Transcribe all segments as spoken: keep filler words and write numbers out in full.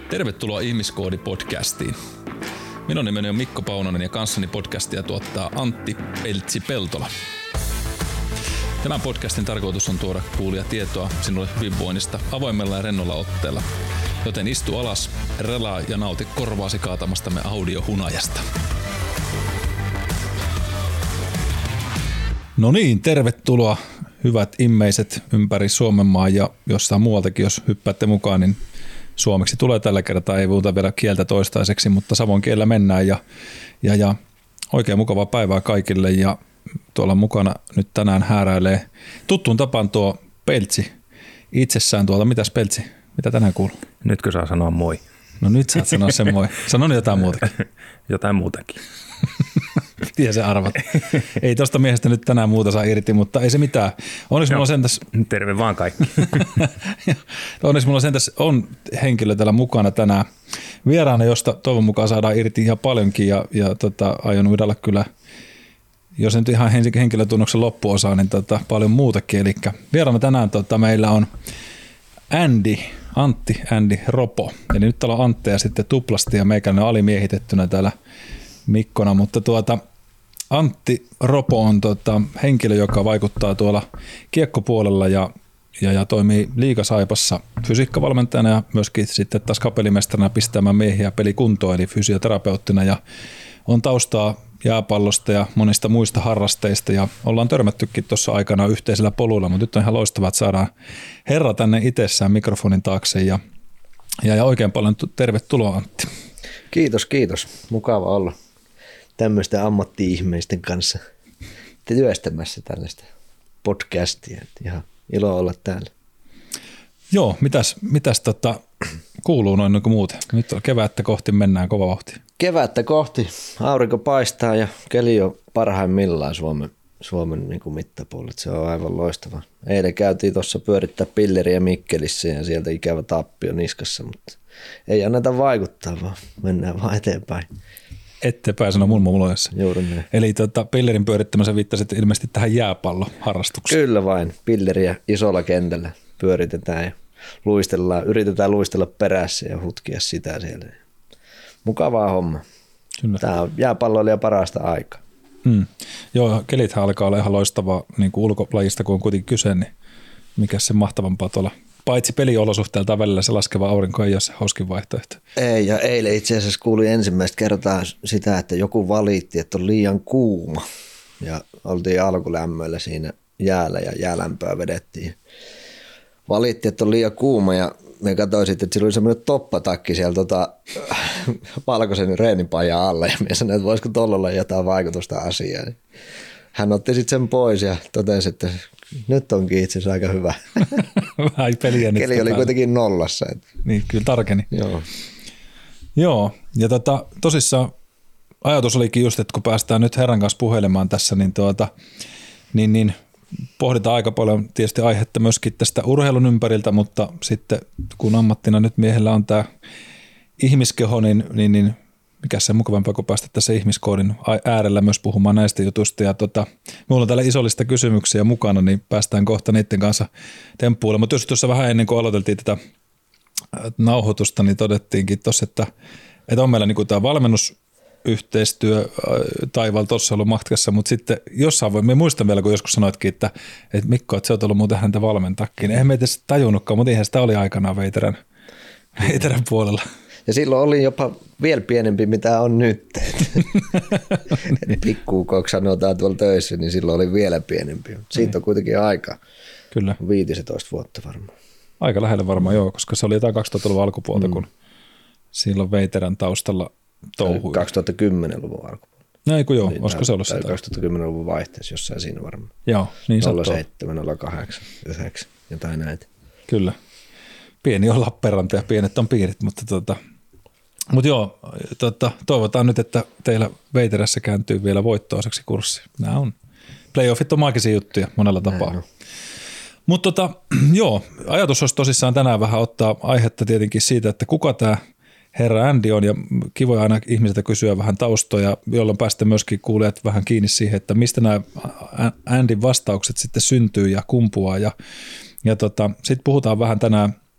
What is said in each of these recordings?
Tervetuloa Ihmiskoodi-podcastiin. Minun nimeni on Mikko Paunonen ja kanssani podcastia tuottaa Antti Peltsi-Peltola. Tämän podcastin tarkoitus on tuoda kuulia tietoa sinulle hyvinvoinnista avoimella ja rennolla otteella. Joten istu alas, relaa ja nauti korvaasi kaatamastamme audiohunajasta. No niin, tervetuloa hyvät immeiset ympäri Suomenmaan ja jossain muualtakin, jos hyppäätte mukaan, niin suomeksi tulee tällä kertaa, ei puhuta vielä kieltä toistaiseksi, mutta savon kielellä mennään ja, ja, ja oikein mukavaa päivää kaikille ja tuolla mukana nyt tänään hääräilee tuttuun tapaan tuo Peltsi itsessään tuolta. Mitäs Peltsi, mitä tänään kuuluu? Nytkö saa sanoa moi? No nyt saat sanoa sen moi. Sano nyt jotain muutakin. Jotain muutakin. Tiedä se arvat. Ei tosta miehestä nyt tänään muuta saa irti, mutta ei se mitään. Onneksi mulla on sentäs... Terve vaan kaikki. Onneksi mulla on sentäs on henkilö täällä mukana tänään vieraana, josta toivon mukaan saadaan irti ihan paljonkin ja, ja tota, aion uidalla kyllä, jos nyt ihan henkilötunnuksen loppuosaa, niin tota, paljon muutakin. Eli vieraana tänään tota, meillä on Andy, Antti Andy Ropo. Eli nyt täällä on Antti ja sitten tuplasti ja meikäläinen on alimiehitettynä täällä Mikkona, mutta tuota, Antti Ropo on tuota, henkilö, joka vaikuttaa tuolla kiekkopuolella ja, ja, ja toimii Liigasaipassa fysiikkavalmentajana ja myöskin sitten taas kapellimestarina pistämään miehiä pelikuntoon, eli fysioterapeuttina ja on taustaa jääpallosta ja monista muista harrasteista ja ollaan törmättykin tuossa aikana yhteisellä polulla, mutta nyt on ihan loistavaa, että saadaan herra tänne itsessään mikrofonin taakse ja, ja, ja oikein paljon tervetuloa Antti. Kiitos, kiitos. Mukava olla tämmöisten ammatti-ihmeisten kanssa työstämässä tällaista podcastia. Ihan ilo olla täällä. Joo, mitäs, mitäs tota, kuuluu noin niin kuin muuten? Nyt on kevättä kohti mennään kova vauhti. Kevättä kohti. Aurinko paistaa ja keli on parhaimmillaan Suomen, Suomen niin kuin mittapuolella. Se on aivan loistava. Eilen käytiin tuossa pyörittää pilleriä Mikkelissä ja sieltä ikävä tappio niskassa, mutta ei anneta vaikuttaa, vaan mennään vaan eteenpäin. Eteenpäin sanoo mun muloissa. Juuri näin. Eli tota, pillerin pyörittämässä viittasit ilmeisesti tähän jääpalloharrastukseen. Kyllä vain. Pilleriä isolla kentällä pyöritetään ja luistellaan, yritetään luistella perässä ja hutkia sitä siellä. Mukavaa homma. Kyllä. Tämä on jääpalloilija parasta aikaa. Mm. Joo, kelithän alkaa olla ihan loistavaa niin kuin ulkolajista, kun on kuitenkin kyse, niin mikä se mahtavampaa tuolla. Paitsi peliolosuhteelta välillä se laskeva aurinko ei ole se hauskin vaihtoehto. Ei, ja eilen itse asiassa kuuli ensimmäistä kertaa sitä, että joku valitti, että on liian kuuma. Ja oltiin alkulämmöllä siinä jäällä ja jäälämpöä vedettiin. Valitti, että on liian kuuma ja me katsoin sitten, että sillä oli semmoinen toppatakki siellä tota, valkoisen reenipajan alla ja me sanoin, että voisiko tuolla olla jotain vaikutusta asiaan. Hän otti sitten sen pois ja totesi, että nyt onkin itse asiassa aika hyvä. Vähän peliä nyt. Keli oli kuitenkin nollassa. Että. Niin, kyllä tarkeni. Joo. Joo, ja tota, tosissaan ajatus olikin just, että kun päästään nyt herran kanssa puhelemaan tässä, niin, tuota, niin, niin pohditaan aika paljon tietysti aihetta myöskin tästä urheilun ympäriltä, mutta sitten kun ammattina nyt miehellä on tämä ihmiskeho, niin, niin, niin mikä se mukavampaa, kun päästä tässä ihmiskoodin äärellä myös puhumaan näistä jutuista. Ja tota, minulla on täällä isollista kysymyksiä mukana, niin päästään kohta niiden kanssa temppuille. Mutta jos tuossa vähän ennen kuin aloiteltiin tätä nauhoitusta, niin todettiinkin tuossa, että, että on meillä niin kuin tämä valmennusyhteistyö taivaalla tuossa ollut matkassa, mutta sitten jossain voi, me muistan vielä, kun joskus sanoitkin, että, että Mikko, että sä oot ollut muuten häntä valmentakin. Eihän meitä sitä tajunnutkaan, mutta eihän sitä oli aikanaan veiterän, veiterän puolella. Ja silloin oli jopa vielä pienempi, mitä on nyt. Pikkuukoksi sanotaan tuolla töissä, niin silloin oli vielä pienempi. Siitä on kuitenkin aika. Kyllä. viisitoista vuotta varmaan. Aika lähellä varmaan joo, koska se oli jotain kaksituhattaluvun alkupuolta, mm. kun silloin veiterän taustalla touhui. kaksituhattakymmenluvun alkupuolta. No ei kun joo, niin, olisiko se ollut sitä? kaksituhattakymmenluvun vaihteessa jossain siinä varmaan. Joo, niin nolla seitsemän, nolla kahdeksan, yhdeksän, jotain näitä. Kyllä. Pieni on Lappeenranta ja pienet on piirit, mutta tota, mut joo, tota, toivotaan nyt, että teillä Veiterässä kääntyy vielä voittoiseksi kurssi. Nämä on, playoffit on maagisia juttuja monella tapaa. No. Mutta tota, joo, ajatus olisi tosissaan tänään vähän ottaa aihetta tietenkin siitä, että kuka tämä herra Andy on, ja kivoja aina ihmisiltä kysyä vähän taustoja, jolloin päästä myöskin kuulijat vähän kiinni siihen, että mistä nämä Andyn vastaukset sitten syntyy ja kumpuaa. Ja, ja tota, sitten puhutaan vähän tänään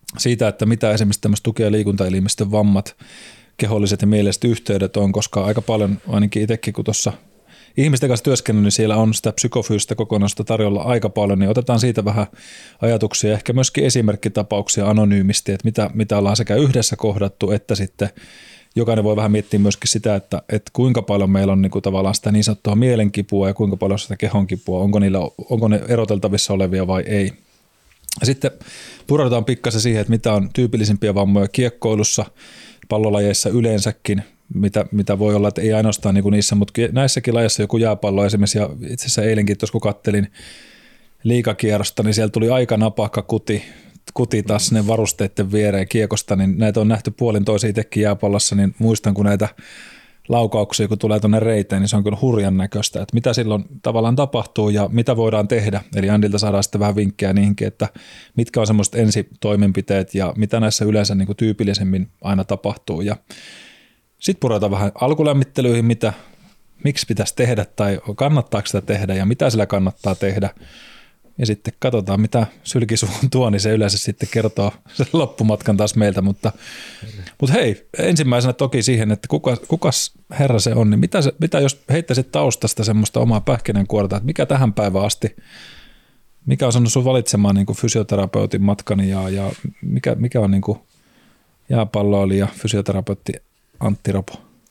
siitä, että mitä esimerkiksi tämmöiset tuki- ja liikuntaelimistön vammat, keholliset ja mieleelliset yhteydet on, koska aika paljon, ainakin itsekin kun tuossa ihmisten kanssa työskennellyt, niin siellä on sitä psykofyysistä kokonaisuutta tarjolla aika paljon, niin otetaan siitä vähän ajatuksia, ehkä myöskin esimerkkitapauksia anonyymisti, että mitä, mitä ollaan sekä yhdessä kohdattu, että sitten jokainen voi vähän miettiä myöskin sitä, että, että kuinka paljon meillä on niin kuin tavallaan sitä niin sanottua mielenkipua ja kuinka paljon sitä kehonkipua, onko, niillä, onko ne eroteltavissa olevia vai ei. Ja sitten pureudutaan pikkasen siihen, että mitä on tyypillisimpiä vammoja kiekkoilussa, pallolajeissa yleensäkin, mitä, mitä voi olla, että ei ainoastaan niin kuin niissä, mutta näissäkin lajeissa joku jääpallo esimerkiksi, ja itse asiassa eilenkin tuossa kun kattelin liigakierrosta, niin siellä tuli aika napakka kuti, kuti taas sinne varusteiden viereen kiekosta, niin näitä on nähty puolin toisen itsekin jääpallossa, niin muistan kun näitä laukauksia, kun tulee tuonne reiteen, niin se on kyllä hurjan näköistä, että mitä silloin tavallaan tapahtuu ja mitä voidaan tehdä. Eli Andilta saadaan sitten vähän vinkkejä niihinkin, että mitkä on semmoiset ensitoimenpiteet ja mitä näissä yleensä niin kuin tyypillisemmin aina tapahtuu. Ja sitten pureutaan vähän alkulämmittelyihin, mitä, miksi pitäisi tehdä tai kannattaako sitä tehdä ja mitä sillä kannattaa tehdä. Ja sitten katsotaan, mitä sylkisuun tuo, niin se yleensä sitten kertoo sen loppumatkan taas meiltä. Mutta, mutta hei, ensimmäisenä toki siihen, että kuka, kukas herra se on, niin mitä, se, mitä jos heittäisit taustasta semmoista omaa pähkinänkuorta, että mikä tähän päivään asti, mikä on sanonut sun valitsemaan niin kuin fysioterapeutin matkani ja, ja mikä, mikä on niin kuin jääpalloilija ja fysioterapeutti Antti Ropo?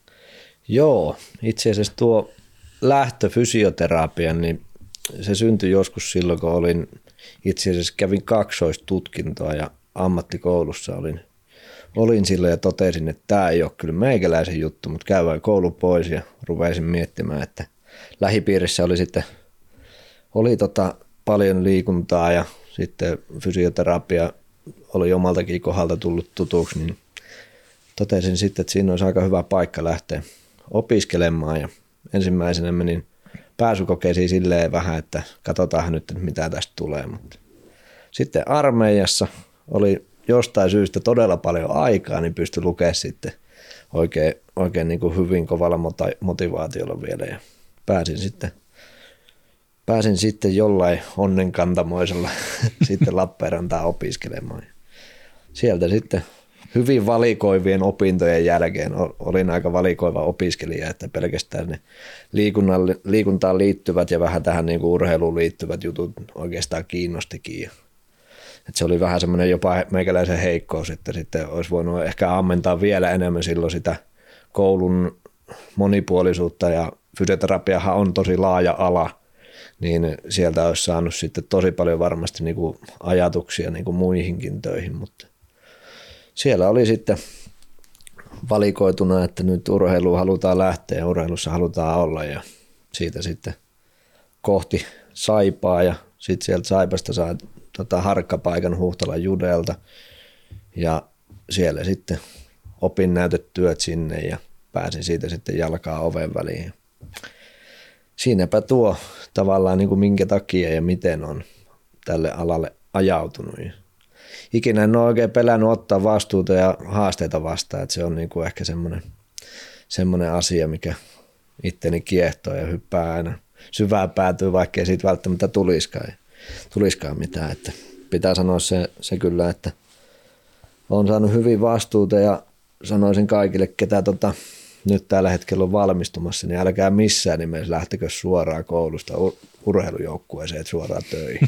Joo, itse asiassa tuo lähtö fysioterapian, niin se syntyi joskus silloin, kun olin, itse asiassa kävin kaksoistutkintoa ja ammattikoulussa olin, olin silloin ja totesin, että tämä ei ole kyllä meikäläisen juttu, mutta käydään koulu pois ja rupesin miettimään, että lähipiirissä oli sitten oli tota paljon liikuntaa ja sitten fysioterapia oli omaltakin kohdalta tullut tutuksi, niin totesin sitten, että siinä olisi aika hyvä paikka lähteä opiskelemaan ja ensimmäisenä menin pääsykokeisiin silleen vähän, että katsotaan nyt, mitä tästä tulee. Mutta sitten armeijassa oli jostain syystä todella paljon aikaa, niin pystyi lukemaan sitten oikein, oikein niin kuin hyvin kovalla motivaatiolla vielä. Ja pääsin sitten, pääsin sitten jollain onnenkantamoisella sitten Lappeenrantaan opiskelemaan. Sieltä sitten hyvin valikoivien opintojen jälkeen olin aika valikoiva opiskelija, että pelkästään ne liikuntaan liittyvät ja vähän tähän niin kuin urheiluun liittyvät jutut oikeastaan kiinnostikin. Että se oli vähän semmoinen jopa meikäläisen heikkous, että sitten olisi voinut ehkä ammentaa vielä enemmän silloin sitä koulun monipuolisuutta ja fysioterapiahan on tosi laaja ala, niin sieltä olisi saanut sitten tosi paljon varmasti niin kuin ajatuksia niin kuin muihinkin töihin, mutta siellä oli sitten valikoituna, että nyt urheiluun halutaan lähteä ja urheilussa halutaan olla ja siitä sitten kohti Saipaa ja sitten sieltä Saipasta saa tota harkkapaikan Huhtalan Judelta ja siellä sitten opinnäytetyöt sinne ja pääsin siitä sitten jalkaa oven väliin. Siinäpä tuo tavallaan niin kuin minkä takia ja miten on tälle alalle ajautunut. Ikinä en ole oikein pelännyt ottaa vastuuta ja haasteita vastaan, että se on niin kuin ehkä semmoinen, semmoinen asia, mikä itteni kiehtoo ja hyppää aina syvään päätyy, vaikka ei siitä välttämättä tulisikaan, tulisikaan mitään. Että pitää sanoa se, se kyllä, että olen saanut hyvin vastuuta ja sanoisin kaikille, ketä tota, nyt tällä hetkellä on valmistumassa, niin älkää missään nimessä lähtekö suoraan koulusta urheilujoukkueeseen suoraan töihin.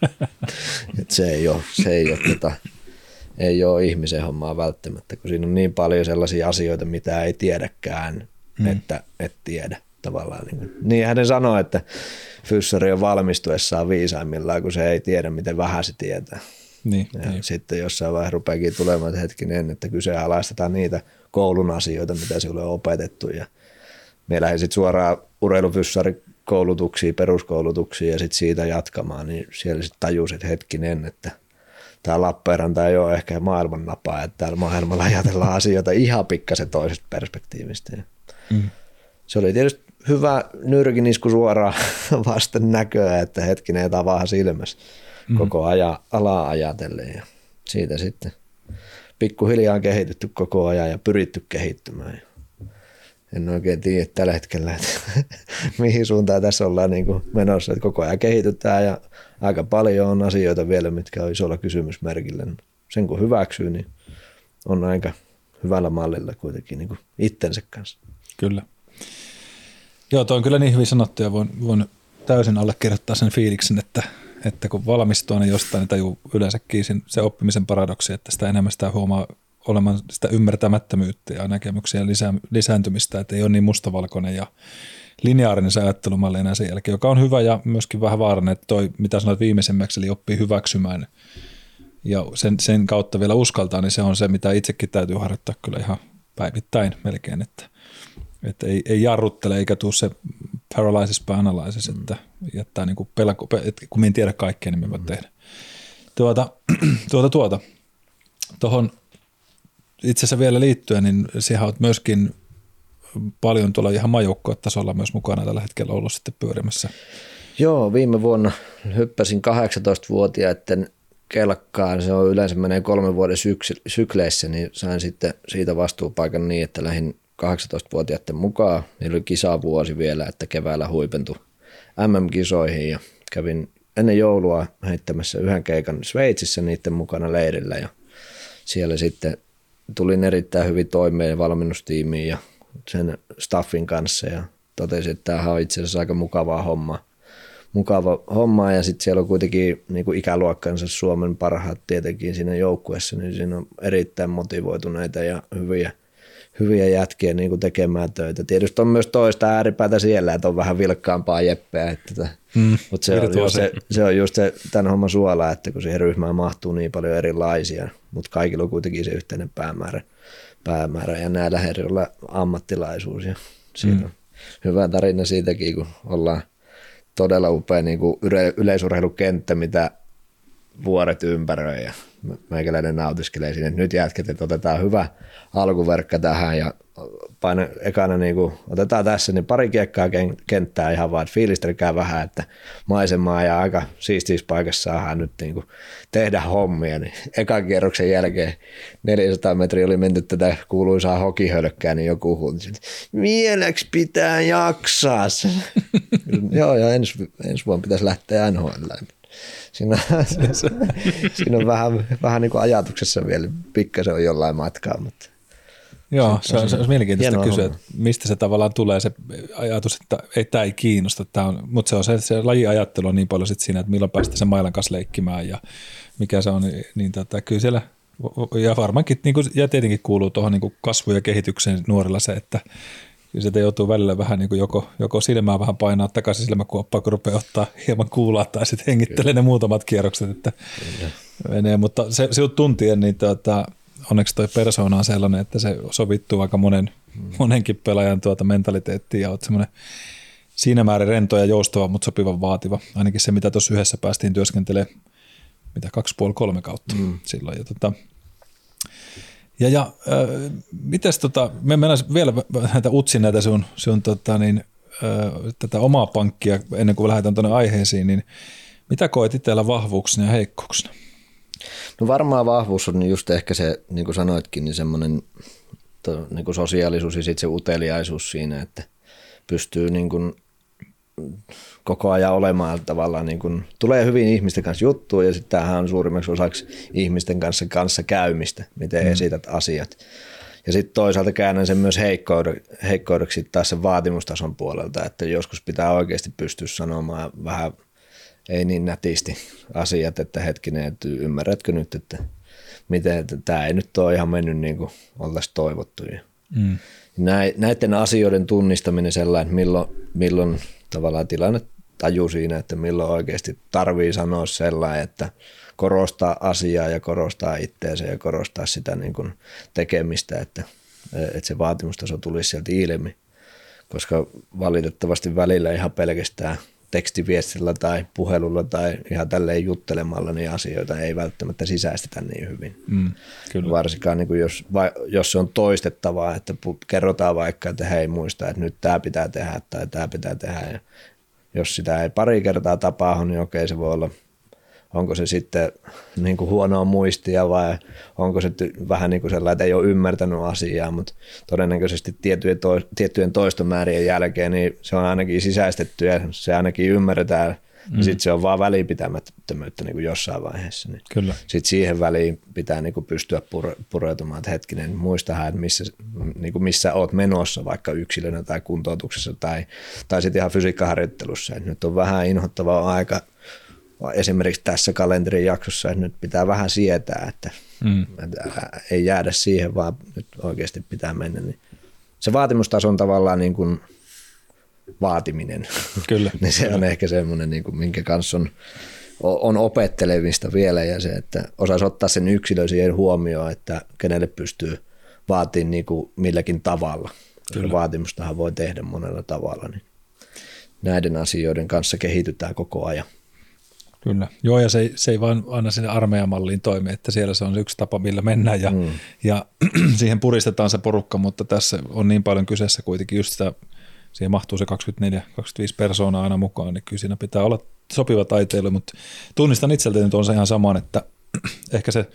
Et se ei ole, se ei ole, tota, ei ole ihmisen hommaa välttämättä, kun siinä on niin paljon sellaisia asioita, mitä ei tiedäkään, mm. että et tiedä tavallaan. Niin niinhän ne sanoo, että fyssari on valmistuessaan viisaimmillaan, kun se ei tiedä, miten vähän se tietää. Niin, ja niin. Sitten jossain vaiheessa rupeakin tulemaan, että hetkinen, että kyseenalaistetaan niitä koulun asioita, mitä sinulle on opetettu. Ja me lähdin sitten suoraan urheilufyssarikoulutuksiin, peruskoulutuksiin ja sitten siitä jatkamaan, niin siellä sitten tajusin, että hetkinen, että tämä Lappeenranta ei ole ehkä maailman napaa, että täällä maailmalla ajatellaan asioita ihan pikkasen toisesta perspektiivistä. Mm. Se oli tietysti hyvä nyrkinisku suoraan vasten näköä, että hetkinen ei tavaha silmässä mm. koko ajan alaa ajatellen ja siitä sitten pikkuhiljaa on kehitytty koko ajan ja pyritty kehittymään. En oikein tiedä tällä hetkellä, että mihin suuntaan tässä ollaan niin kuin menossa, että koko ajan kehitytään ja aika paljon on asioita vielä, mitkä on isolla kysymysmerkillä. sen kun hyväksyy, niin on aika hyvällä mallilla kuitenkin niin kuin itsensä kanssa. Kyllä. Joo, toi on kyllä niin hyvin sanottu ja voin, voin täysin allekirjoittaa sen fiiliksen, että, että kun valmistuu, niin jostain niin tajuu yleensäkin sen, se oppimisen paradoksi, että sitä enemmän sitä huomaa olemaan sitä ymmärtämättömyyttä ja näkemyksiä lisää, lisääntymistä, että ei ole niin mustavalkoinen ja lineaarinen se ajattelumalli enää sen jälkeen, joka on hyvä ja myöskin vähän vaarallinen, että toi, mitä sanoit viimeisemmäksi, eli oppii hyväksymään ja sen, sen kautta vielä uskaltaa, niin se on se, mitä itsekin täytyy harjoittaa kyllä ihan päivittäin melkein, että, että ei, ei jarruttele eikä tule se paralysis by analysis, että jättää niin kuin pelko, että kun me en tiedä kaikkea, niin me voimme tehdä. Tuota, tuota, tuota. Tuohon itse asiassa vielä liittyen, niin siihen olet myöskin paljon tuolla ihan maajoukkuetasolla myös mukana tällä hetkellä ollut sitten pyörimässä. Joo, viime vuonna hyppäsin kahdeksantoistavuotiaiden kelkkaan. Se on yleensä menee kolmen vuoden syksy- sykleissä, niin sain sitten siitä vastuupaikan niin, että lähdin kahdeksantoistavuotiaiden mukaan. Niillä oli kisavuosi vielä, että keväällä huipentui M M-kisoihin ja kävin ennen joulua heittämässä yhden keikan Sveitsissä niiden mukana leirillä ja siellä sitten tulin erittäin hyvin toimeen valmennustiimiin ja sen staffin kanssa ja totesin, että tämähän on itse asiassa aika mukavaa hommaa. Mukava hommaa ja sitten siellä on kuitenkin niin kuin ikäluokkansa Suomen parhaat tietenkin siinä joukkueessa, niin siinä on erittäin motivoituneita ja hyviä, hyviä jätkiä niin kuin tekemään töitä. Tietysti on myös toista ääripäätä siellä, että on vähän vilkkaampaa jeppeä, että mm, mutta se, se, se on just se tämän homman suola, että kun siihen ryhmään mahtuu niin paljon erilaisia, mutta kaikilla on kuitenkin se yhteinen päämäärä, päämäärä ja näillä herroilla ammattilaisuus ja siinä mm. on hyvä tarina siitäkin, kun ollaan todella upea niin kuin yleisurheilukenttä, mitä vuoret ympäröi ja meikäläinen nautiskelee siinä, että nyt jätket, että otetaan hyvä alkuverkka tähän ja paina, ekana niin kuin, otetaan tässä niin pari kiekkaa kenttää ihan vaan, että fiilistelkää vähän, että maisemaa ja aika siistissä paikassa saadaan nyt niin kuin tehdä hommia, niin ekan kierroksen jälkeen neljäsataa metriä oli menty tätä kuuluisaa hokihölkkää, niin joku huuti, että vieläks pitää jaksaa. Joo, ja ensi, ensi vuonna pitäisi lähteä N H L. Siinä, siinä on vähän, vähän niin kuin ajatuksessa vielä, pikkasen on jollain matkaa, mutta joo, se on, se on mielenkiintoista kysyä, että mistä se tavallaan tulee se ajatus, että ei, tämä ei kiinnosta, tämä on, mutta se on se, se lajiajattelu on niin paljon sit siinä, että milloin päästä sen mailan kanssa leikkimään ja mikä se on, niin, niin tota, kyllä siellä, ja varmaankin, niin kuin, ja tietenkin kuuluu tuohon niin kasvu- ja kehitykseen nuorilla se, että kyllä sieltä joutuu välillä vähän niin kuin joko, joko silmää vähän painaa takaisin silmäkuoppaa, kun rupeaa ottaa hieman kuulaa tai sitten hengittelee ne muutamat kierrokset, että menee, mutta se, se tuntien, niin tota, onneksi toi persoona on sellainen, että se sovittuu aika monen, monenkin pelaajan tuota mentaliteettiin ja olet semmoinen siinä määrin rento ja joustava, mutta sopivan vaativa. Ainakin se, mitä tuossa yhdessä päästiin työskentelemään, mitä kaksi puoli kolme kautta mm. silloin. Ja, tota, ja, ja äh, mites tota, me mennään vielä näitä utsin näitä sun, sun tota, niin, äh, tätä omaa pankkia ennen kuin lähdetään tuonne aiheisiin, niin mitä koet itsellä vahvuuksina ja heikkouksina? No varmaan vahvuus on just ehkä se, niin kuin sanoitkin, niin semmoinen to, niin kuin sosiaalisuus ja sitten se uteliaisuus siinä, että pystyy niin kuin koko ajan olemaan tavallaan, niin kuin, tulee hyvin ihmisten kanssa juttua ja sitten tämähän on suurimmaksi osaksi ihmisten kanssa, kanssa käymistä, miten mm. esität asiat. Ja sitten toisaalta käännän sen myös heikkoudeksi, heikkoudeksi taas sen vaatimustason puolelta, että joskus pitää oikeasti pystyä sanomaan vähän ei niin nätisti asiat, että hetkinen, että ymmärrätkö nyt, että miten, että tämä ei nyt ole ihan mennyt niin kuin oltaisiin toivottu. Mm. Näiden asioiden tunnistaminen sellainen, että milloin, milloin tavallaan tilanne tajuu siinä, että milloin oikeasti tarvii sanoa sellainen, että korostaa asiaa ja korostaa itseänsä ja korostaa sitä niin kuin tekemistä, että, että se vaatimustaso tulisi sieltä ilmi, koska valitettavasti välillä ihan pelkästään tekstiviestillä tai puhelulla tai ihan tälleen juttelemalla niin asioita ei välttämättä sisäistetä niin hyvin. Mm, kyllä. Varsinkaan niin kuin jos, vai, jos se on toistettavaa, että kerrotaan vaikka, että hei muista, että nyt tämä pitää tehdä tai tämä pitää tehdä. Ja jos sitä ei pari kertaa tapaa, niin okei se voi olla, onko se sitten niin kuin huonoa muistia vai onko se vähän niin kuin sellainen, että ei ole ymmärtänyt asiaa, mutta todennäköisesti tiettyjen, to, tiettyjen toistomäärien jälkeen niin se on ainakin sisäistetty ja se ainakin ymmärretään Mm. Ja sitten se on vaan välinpitämättömyyttä niin kuin jossain vaiheessa. Niin Kyllä. Sitten siihen väliin pitää niin kuin pystyä pure, pureutumaan, että hetkinen, muistahan, että missä, niin kuin missä oot menossa vaikka yksilönä tai kuntoutuksessa tai, tai sitten ihan fysiikkaharjoittelussa. Et nyt on vähän inhottavaa aika esimerkiksi tässä kalenterin jaksossa, että nyt pitää vähän sietää, että, mm. että ei jäädä siihen, vaan nyt oikeasti pitää mennä. Niin se vaatimustaso on tavallaan niin kuin vaatiminen. Kyllä. niin se on ehkä semmoinen, niin kuin, minkä kanssa on, on opettelemista vielä ja se, että osaisi ottaa sen yksilön siihen huomioon, että kenelle pystyy vaatimaan niin kuin milläkin tavalla. Kyllä. Vaatimustahan voi tehdä monella tavalla. Niin näiden asioiden kanssa kehitytään koko ajan. Kyllä. Joo, ja se, se ei vaan aina sinne armeijamalliin toimi, että siellä se on yksi tapa, millä mennään ja, mm. ja siihen puristetaan se porukka, mutta tässä on niin paljon kyseessä kuitenkin just sitä, siihen mahtuu se kaksikymmentäneljä kaksikymmentäviisi persoonaa aina mukaan, niin kyllä siinä pitää olla sopiva taiteilu, mutta tunnistan itseltäni nyt on se ihan saman, että ehkä se,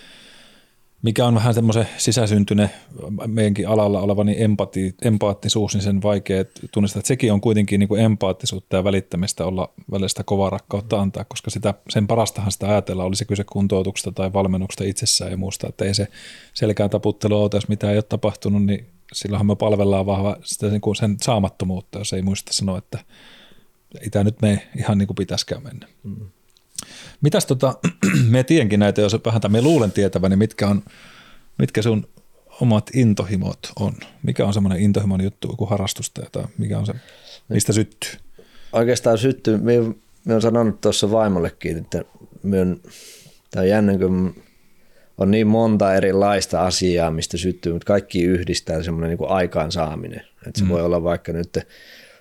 mikä on vähän semmoisen sisäsyntyinen meidänkin alalla oleva niin empati, empaattisuus, niin sen vaikea tunnistaa, että sekin on kuitenkin niin kuin empaattisuutta ja välittämistä olla välistä kovaa rakkautta antaa, koska sitä, sen parastahan sitä ajatella, oli se kyse kuntoutuksesta tai valmennuksesta itsessään ja muusta, että ei se selkään taputtelu auta, jos mitään ei ole tapahtunut, niin silloinhan me palvellaan vahva sitä niin kuin sen saamattomuutta, jos ei muista sanoa, että ei tämä nyt mene ihan niin kuin pitäisikään mennä. Mm. Mitäs tota, me tiedänkin näitä, jos vähän tai me luulen tietäväni, niin mitkä on, mitkä sun omat intohimot on? Mikä on semmoinen intohimon juttu, joku harrastusta, tai mikä on se, mistä syttyy? Oikeastaan syttyy, minä olen sanonut tuossa vaimollekin, että tämä on jännä, kun on niin monta erilaista asiaa, mistä syttyy, mutta kaikki yhdistää semmoinen niin kuin aikaansaaminen. Että se mm. voi olla vaikka nyt äh,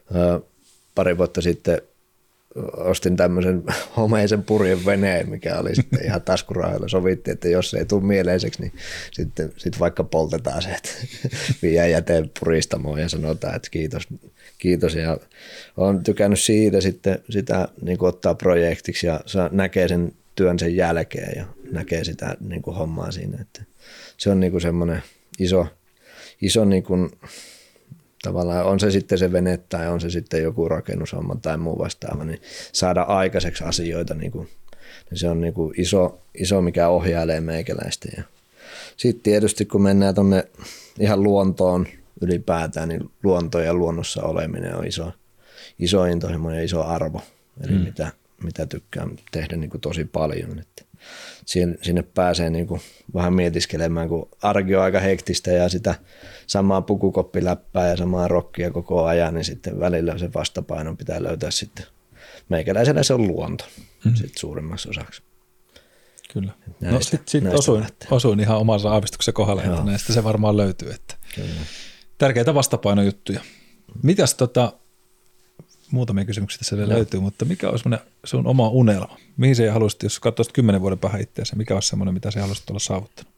pari vuotta sitten ostin tämmöisen homeisen purjen veneen, mikä oli sitten ihan taskurahoilla. Sovittiin, että jos se ei tule mieleiseksi, niin sitten sit vaikka poltetaan se, että viedään jäteen puristamoon ja sanotaan, että kiitos. kiitos. Ja olen tykännyt siitä sitten sitä niin kuin ottaa projektiksi ja näkee sen työn sen jälkeen ja näkee sitä niin kuin hommaa siinä. Että se on niin kuin semmoinen iso, iso niin kuin tavallaan on se sitten se vene tai on se sitten joku rakennushomma tai muu vastaava, niin saada aikaiseksi asioita, niin kuin, niin se on niin kuin iso, iso, mikä ohjailee meikäläistä. Ja sitten tietysti kun mennään tuonne ihan luontoon ylipäätään, niin luonto ja luonnossa oleminen on iso, iso intohimo ja iso arvo, eli mm. mitä, mitä tykkään tehdä niin kuin tosi paljon. Että sinne pääsee niin kuin vähän mietiskelemään, kun arki on aika hektistä ja sitä samaa pukukoppiläppää ja samaa rockia koko ajan, niin sitten välillä se vastapainon pitää löytää sitten. Meikäläisellä se on luonto mm. sitten suurimmaksi osaksi. Kyllä. Näistä, no sitten sit osuin, osuin ihan omassa aavistuksen kohdalla, että näistä se varmaan löytyy. Että tärkeitä vastapainojuttuja. Mitäs tota, muutamia kysymyksiä tässä vielä no. löytyy, mutta mikä olisi sun oma unelma? Mihin se haluaisit, jos katsoisit kymmenen vuoden päähän itseäsi, mikä olisi semmoinen, mitä sä haluaisit olla saavuttanut?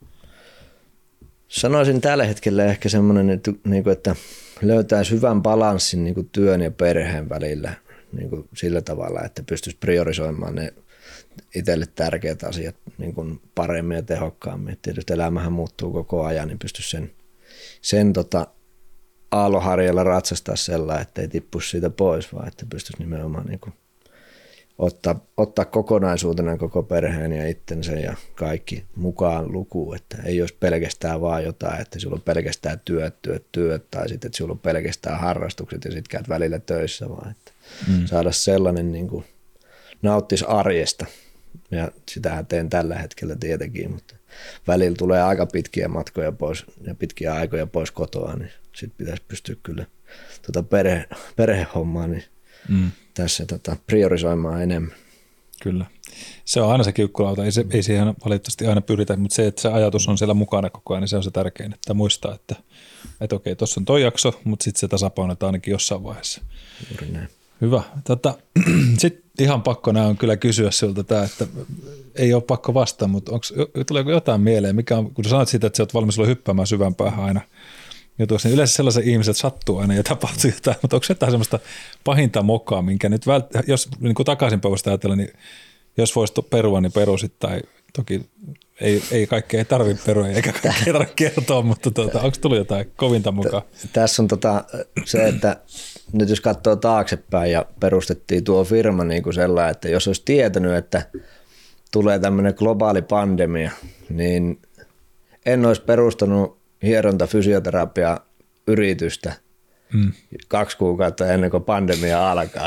Sanoisin tällä hetkellä ehkä semmoinen, että löytäisi hyvän balanssin työn ja perheen välillä sillä tavalla, että pystyisi priorisoimaan ne itselle tärkeät asiat paremmin ja tehokkaammin. Tietysti elämähän muuttuu koko ajan, niin pystyisi sen, sen tota, aallonharjalla ratsastaa sellainen, että ei tippuisi siitä pois, vaan että pystyisi nimenomaan niin kuin ottaa, ottaa kokonaisuutena koko perheen ja itsensä ja kaikki mukaan lukuun, että ei olisi pelkästään vaan jotain, että sulla on pelkästään työt, työt, työt tai sitten, että sulla on pelkästään harrastukset ja sitten käyt välillä töissä, vaan että mm. saada sellainen niin kuin nauttisi arjesta ja sitähän teen tällä hetkellä tietenkin, mutta välillä tulee aika pitkiä matkoja pois ja pitkiä aikoja pois kotoa, niin sitten pitäisi pystyä kyllä tuota perhe, perhehommaa niin mm. tässä tota, priorisoimaan enemmän. Kyllä. Se on aina se kiukkulauta, ei, se, ei siihen valitettavasti aina pyritä, mutta se, että se ajatus on siellä mukana koko ajan, niin se on se tärkein, että muistaa, että, että okei, tuossa on toi jakso, mutta sitten se tasapainotaan ainakin jossain vaiheessa. Juuri näin. Hyvä. Tota, sitten ihan pakko nämä on kyllä kysyä sinulta tämä, että ei ole pakko vastaa, mutta onks, tuleeko jotain mieleen, mikä on, kun sanoit siitä, että sä oot valmis olla hyppäämään syvän päähän aina jutuissa, niin yleensä sellaisen ihmiset sattuu aina ja tapahtuu jotain, mutta onko jotain semmoista pahinta mokaa, minkä nyt vält- jos niin kuin takaisinpäivästä ajatellaan, niin jos voisi perua, niin perusit tai Toki ei, ei kaikkea ei tarvitse perua eikä kaikkea tarvitse kertoa, mutta tuota, onko tullut jotain kovinta mukaan? Tässä on tota, se, että nyt jos katsoo taaksepäin ja perustettiin tuo firma niin kuin sellainen, että jos olisi tietänyt, että tulee tämmöinen globaali pandemia, niin en olisi perustanut hieronta fysioterapia yritystä mm. kaksi kuukautta ennen kuin pandemia alkaa.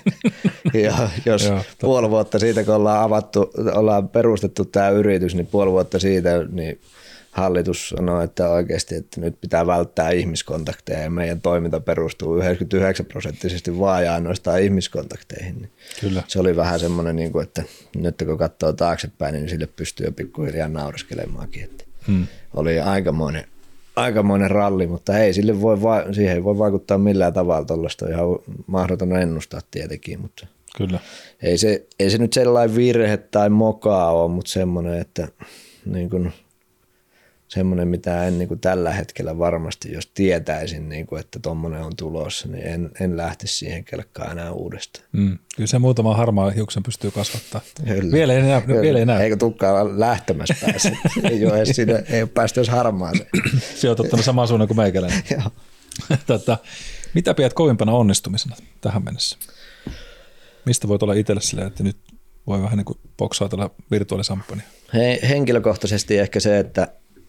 Ja jos Joo, puoli vuotta siitä, kun ollaan avattu, ollaan perustettu tämä yritys, niin puoli vuotta siitä, niin hallitus sanoo, että oikeasti, että nyt pitää välttää ihmiskontakteja ja meidän toiminta perustuu yhdeksänkymmentäyhdeksän prosenttisesti vaan ja ainoastaan ihmiskontakteihin. Kyllä. Se oli vähän semmoinen, että nyt kun katsoo taaksepäin, niin sille pystyy jo pikkuhiljaa naureskelemaankin. Että hmm. Oli aikamoinen, aikamoinen ralli, mutta ei sille voi, siihen ei voi vaikuttaa millään tavalla, tuollaista on ihan mahdoton ennustaa tietenkin, mutta Kyllä. Ei, se, ei se nyt sellainen virhe tai mokaa ole, mutta semmoinen, että niin kuin semmoinen, mitä en niin kuin tällä hetkellä varmasti, jos tietäisin, niin kuin, että tuommoinen on tulossa, niin en, en lähtisi siihen kelkkaan enää uudestaan. Mm. Kyllä se muutama harmaa hiuksen pystyy kasvattaa. Kyllä. Vielä ei näy. Vielä ei näy. Eikö tukkaan lähtemässä pääse? ei ole edes siinä, ei ole päästy edes harmaaseen. Se on ottanut samaan suunnan kuin meikäläinen. Tätä, mitä pidät kovimpana onnistumisena tähän mennessä? Mistä voit olla itselle silleen, että nyt voi vähän niin kuin boksaatella virtuaalisampania? He, henkilökohtaisesti ehkä se, että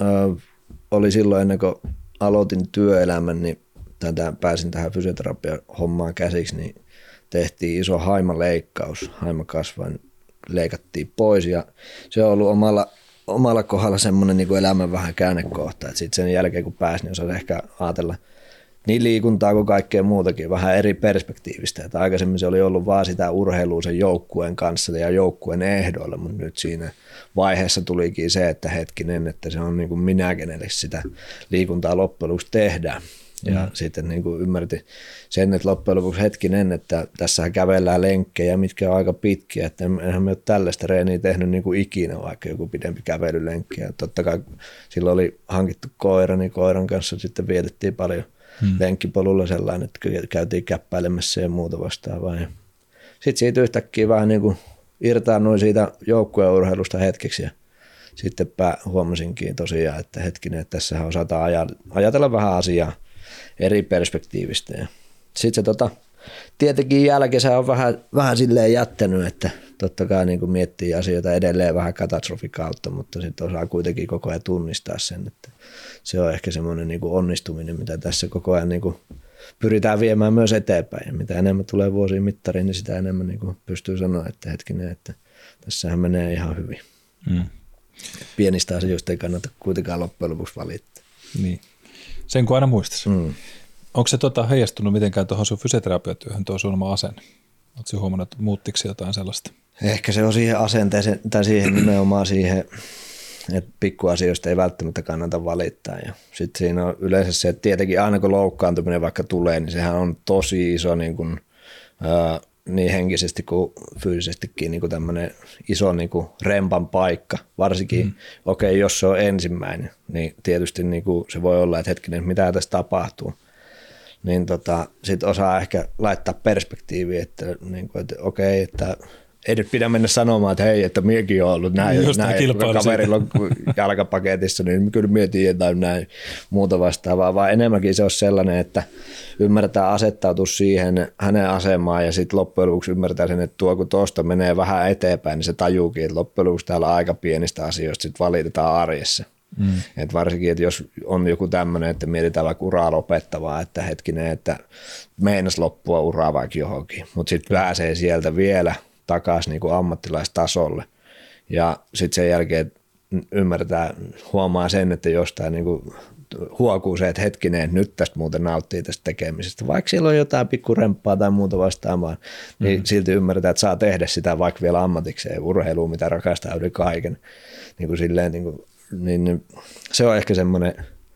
oli silloin ennen kuin aloitin työelämän, niin tätä, pääsin tähän fysioterapiahommaan käsiksi, niin tehtiin iso haimaleikkaus. Haimakasvain leikattiin pois ja se on ollut omalla, omalla kohdalla semmoinen niin kuin elämän vähän käännekohta. Sitten sen jälkeen kun pääsin, niin osasi ehkä ajatella niin liikuntaa kuin kaikkea muutakin vähän eri perspektiivistä. Että aikaisemmin se oli ollut vaan sitä urheilua sen joukkueen kanssa ja joukkueen ehdoilla, mutta nyt siinä vaiheessa tulikin se, että hetkinen, että se on niin kuin minä, kenelle sitä liikuntaa loppujen lopuksi tehdään. Ja mm. sitten niin kuin ymmärti sen, että loppujen lopuksi hetkinen, että tässä kävellään lenkkejä, mitkä on aika pitkiä, että enhän me ole tällaista reeniä tehnyt niin kuin ikinä, vaikka joku pidempi kävelylenkki. Ja totta kai silloin oli hankittu koira, niin koiran kanssa sitten vietettiin paljon Hmm. lenkkipolulla sellainen, että käytiin käppäilemässä ja muuta vastaavaa. Sitten siitä yhtäkkiä vähän niin kuin irtaannuin siitä joukkueurheilusta hetkeksi ja sitten huomasinkin tosiaan, että hetkinen, että tässähän osataan ajatella vähän asiaa eri perspektiivistä. Sitten se tota, tietenkin jälkeen on vähän, vähän silleen jättänyt, että totta kai niin kuin miettii asioita edelleen vähän katastrofikautta, mutta sitten osaa kuitenkin koko ajan tunnistaa sen, että se on ehkä semmoinen niin kuin onnistuminen, mitä tässä koko ajan niin kuin pyritään viemään myös eteenpäin. Ja mitä enemmän tulee vuosien mittariin, niin sitä enemmän niin kuin pystyy sanoa, että hetkinen, että tässähän menee ihan hyvin. Mm. Pienistä asioista ei kannata kuitenkaan loppujen lopuksi valittaa. Niin. Sen kun aina muistaisi. Mm. Onko se tota heijastunut mitenkään tuohon sun fysioterapiatyöhön tuo sun oma asenne? Oletko huomannut, että muuttiko jotain sellaista? Ehkä se on siihen asenteeseen tai siihen nimenomaan siihen, että pikkuasioista ei välttämättä kannata valittaa. Ja sitten siinä on yleensä se, että tietenkin aina kun loukkaantuminen vaikka tulee, niin sehän on tosi iso niin, kuin, ää, niin henkisesti kuin fyysisestikin niin kuin tämmöinen iso niin kuin rempan paikka. Varsinkin, mm. okei, okay, jos se on ensimmäinen, niin tietysti niin kuin se voi olla, että hetkinen, mitä tässä tapahtuu. Niin tota, sitten osaa ehkä laittaa perspektiiviin, että, niin kuin, että okei, että ei nyt pidä mennä sanomaan, että hei, että minäkin olen ollut näin, näin kun kaverilla on jalkapaketissa, niin kyllä mietin jotain näin muuta vastaavaa, vaan enemmänkin se on sellainen, että ymmärtää asettautua siihen hänen asemaan ja sitten loppujen lopuksi ymmärtää sen, että tuo kun tuosta menee vähän eteenpäin, niin se tajuukin, että loppujen lopuksi täällä on aika pienistä asioista sitten valitetaan arjessa. Mm. Et varsinkin, että jos on joku tämmöinen, että mietitään vaikka uraa lopettavaa, että hetkinen, että meinas loppua uraa vaikka johonkin, mutta sitten pääsee sieltä vielä takaisin niin kuin ammattilaistasolle ja sitten sen jälkeen ymmärtää, huomaa sen, että jostain niin kuin huokuu se, että hetkinen, että nyt tästä muuten nauttii tästä tekemisestä, vaikka siellä on jotain pikkuremppaa tai muuta vastaamaan, niin mm. silti ymmärretään, että saa tehdä sitä vaikka vielä ammatikseen urheilua, mitä rakastaa yli kaiken, niin kuin silleen niin kuin niin se on ehkä semmoinen,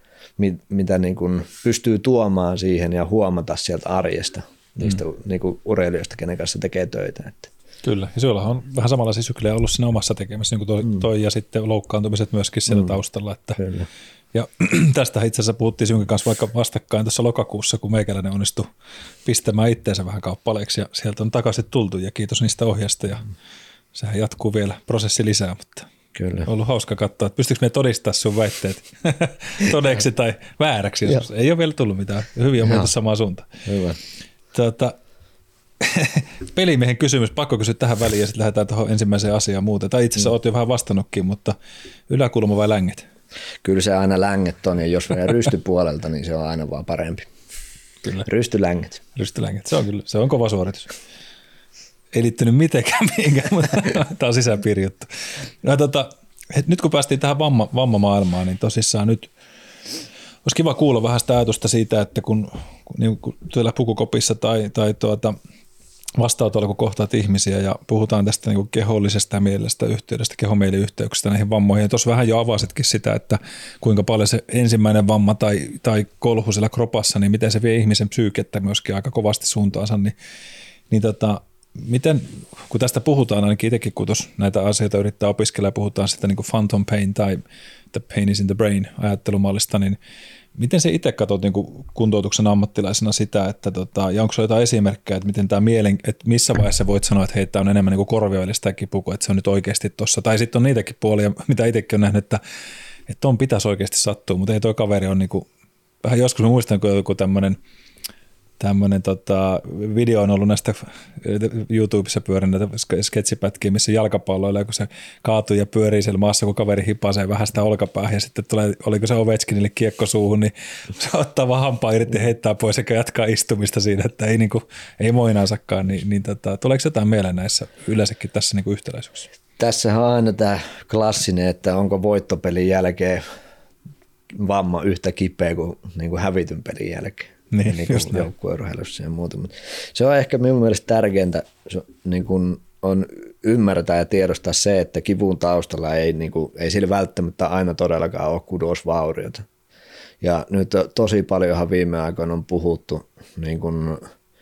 mitä niin kuin pystyy tuomaan siihen ja huomata sieltä arjesta niistä mm. niin kuin urheilijoista, kenen kanssa tekee töitä. Että. Kyllä, ja sulla on vähän samanlaisia syklejä ollut siinä omassa tekemässä, niin kuin toi, mm. toi ja sitten loukkaantumiset myöskin siellä mm. taustalla. Että. Ja tästä itse asiassa puhuttiin sinunkin kanssa vaikka vastakkain tuossa lokakuussa, kun meikäläinen onnistui pistämään itteensä vähän kauppaleiksi ja sieltä on takaisin tultu ja kiitos niistä ohjeista ja mm. sehän jatkuu vielä prosessi lisää, mutta Kyllä. Ollut hauska katsoa, että pystyykö me todistaa sun väitteet todeksi tai vääräksi. Ei ole vielä tullut mitään. Hyvin on menty samaan suuntaan. Hyvä. Tuota, pelimiehen kysymys, pakko kysyä tähän väliin ja sitten lähdetään tuohon ensimmäiseen asiaan muuten. Tai itse asiassa mm. olet jo vähän vastannutkin, mutta yläkulma vai länget? Kyllä se aina länget on, ja jos menee rystypuolelta, niin se on aina vaan parempi. Kyllä. Rystylänget. Rystylänget, se on kyllä, se on kova suoritus. Ei liittynyt mitenkään mihinkään, mutta tämä on sisäpiirijuttu. No, tota, nyt kun päästiin tähän vamma, vammamaailmaan, niin tosissaan nyt olisi kiva kuulla vähän sitä ajatusta siitä, että kun, kun, niin kun tuolla pukukopissa tai, tai tuota, vastaanotolla, kun kohtaat ihmisiä ja puhutaan tästä niin kuin kehollisesta ja mielestä yhteydestä, kehomieliyhteyksistä näihin vammoihin. Ja tuossa vähän jo avasitkin sitä, että kuinka paljon se ensimmäinen vamma tai, tai kolhu siellä kropassa, niin miten se vie ihmisen psyykettä myöskin aika kovasti suuntaansa. Niin, niin tota, miten, kun tästä puhutaan, ainakin itsekin kun näitä asioita yrittää opiskella ja puhutaan sitä niin kuin phantom pain tai the pain is in the brain ajattelumallista, niin miten se itse katsot niin kuin kuntoutuksen ammattilaisena sitä, että tota, ja onko se jotain esimerkkejä, että miten tämä mielen, että missä vaiheessa voit sanoa, että hei, tämä on enemmän niin kuin korvioillista kipuku, että se on nyt oikeasti tuossa, tai sitten on niitäkin puolia, mitä itsekin on nähnyt, että että ton pitäisi oikeasti sattua, mutta ei toi kaveri on niin kuin, vähän joskus mä muistan, kun joku tämmöinen tämmöinen tota, video on ollut näistä YouTubessa pyörinyt näitä sketsipätkiä, missä jalkapalloilla, kun se kaatuu ja pyörii siellä maassa, kun kaveri hipasee vähän sitä olkapäähän ja sitten tulee, oliko se Ovechkinille kiekko suuhun, niin se ottaa vaan hampaa irti ja heittää pois sekä jatkaa istumista siinä, että ei, niin kuin, ei moinaansakaan. Niin, niin tota, tuleeko jotain mieleen näissä yleensäkin tässä niin kuin yhtäläisyyksissä? Tässä on aina tämä klassinen, että onko voittopelin jälkeen vamma yhtä kipeä kuin, niin kuin hävityn pelin jälkeen. Niin, niin kuin joukkueurheilussa ja muuta. Mutta se on ehkä minun mielestä tärkeintä niin kuin on ymmärtää ja tiedostaa se, että kivun taustalla ei, niin kuin, ei sillä välttämättä aina todellakaan ole kudosvauriota. Ja nyt tosi paljonhan viime aikoina on puhuttu niin kuin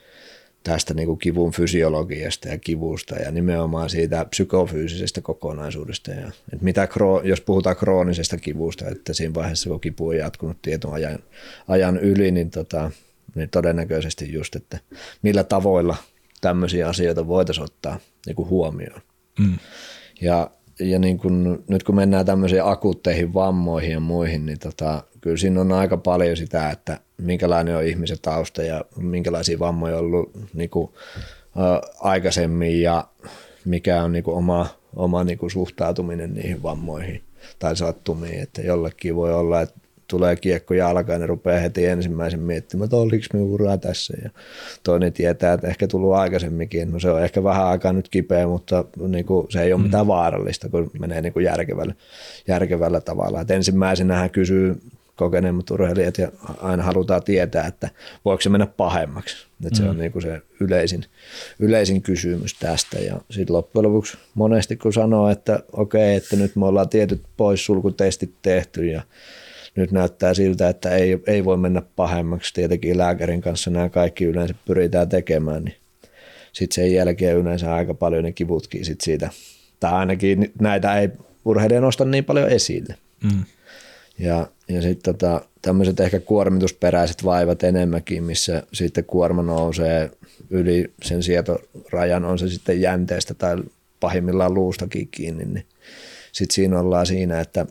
tästä niin kuin kivun fysiologiasta ja kivusta ja nimenomaan siitä psykofyysisestä kokonaisuudesta. Ja, että mitä, jos puhutaan kroonisesta kivusta, että siinä vaiheessa kun kipu on jatkunut tietyn ajan, ajan yli, niin, tota, niin todennäköisesti just, että millä tavoilla tämmöisiä asioita voitaisiin ottaa niin kuin huomioon. Mm. Ja, ja niin kun, nyt kun mennään tämmöisiin akuutteihin vammoihin ja muihin, niin tota, kyllä siinä on aika paljon sitä, että minkälainen on ihmisen tausta ja minkälaisia vammoja on ollut niin kuin, ä, aikaisemmin ja mikä on niin kuin oma, oma niin kuin suhtautuminen niihin vammoihin tai sattumiin. Että jollekin voi olla, että tulee kiekko jalkaan ja rupeaa heti ensimmäisen miettimään, että oliko minun uraa tässä. Ja toinen tietää, että ehkä tullut aikaisemminkin. No se on ehkä vähän aikaa nyt kipeä, mutta niin kuin, se ei ole mitään vaarallista, kun menee niin kuin järkevällä, järkevällä tavalla. Et ensimmäisenähän kysyy kokeneemmat urheilijat ja aina halutaan tietää, että voiko se mennä pahemmaksi. Että se on niin kuin se yleisin, yleisin kysymys tästä. Ja sitten loppujen lopuksi monesti kun sanoo, että okei, että nyt me ollaan tietyt poissulkutestit tehty ja nyt näyttää siltä, että ei, ei voi mennä pahemmaksi. Tietenkin lääkärin kanssa nämä kaikki yleensä pyritään tekemään, niin sitten sen jälkeen yleensä aika paljon ne kivutkin sit siitä. Tai ainakin näitä ei urheilija nosta niin paljon esille. Mm. Ja, ja sitten tota, tämmöiset ehkä kuormitusperäiset vaivat enemmänkin, missä sitten kuorma nousee yli sen sietorajan, on se sitten jänteestä tai pahimmillaan luustakin kiinni, niin sitten siinä ollaan siinä, että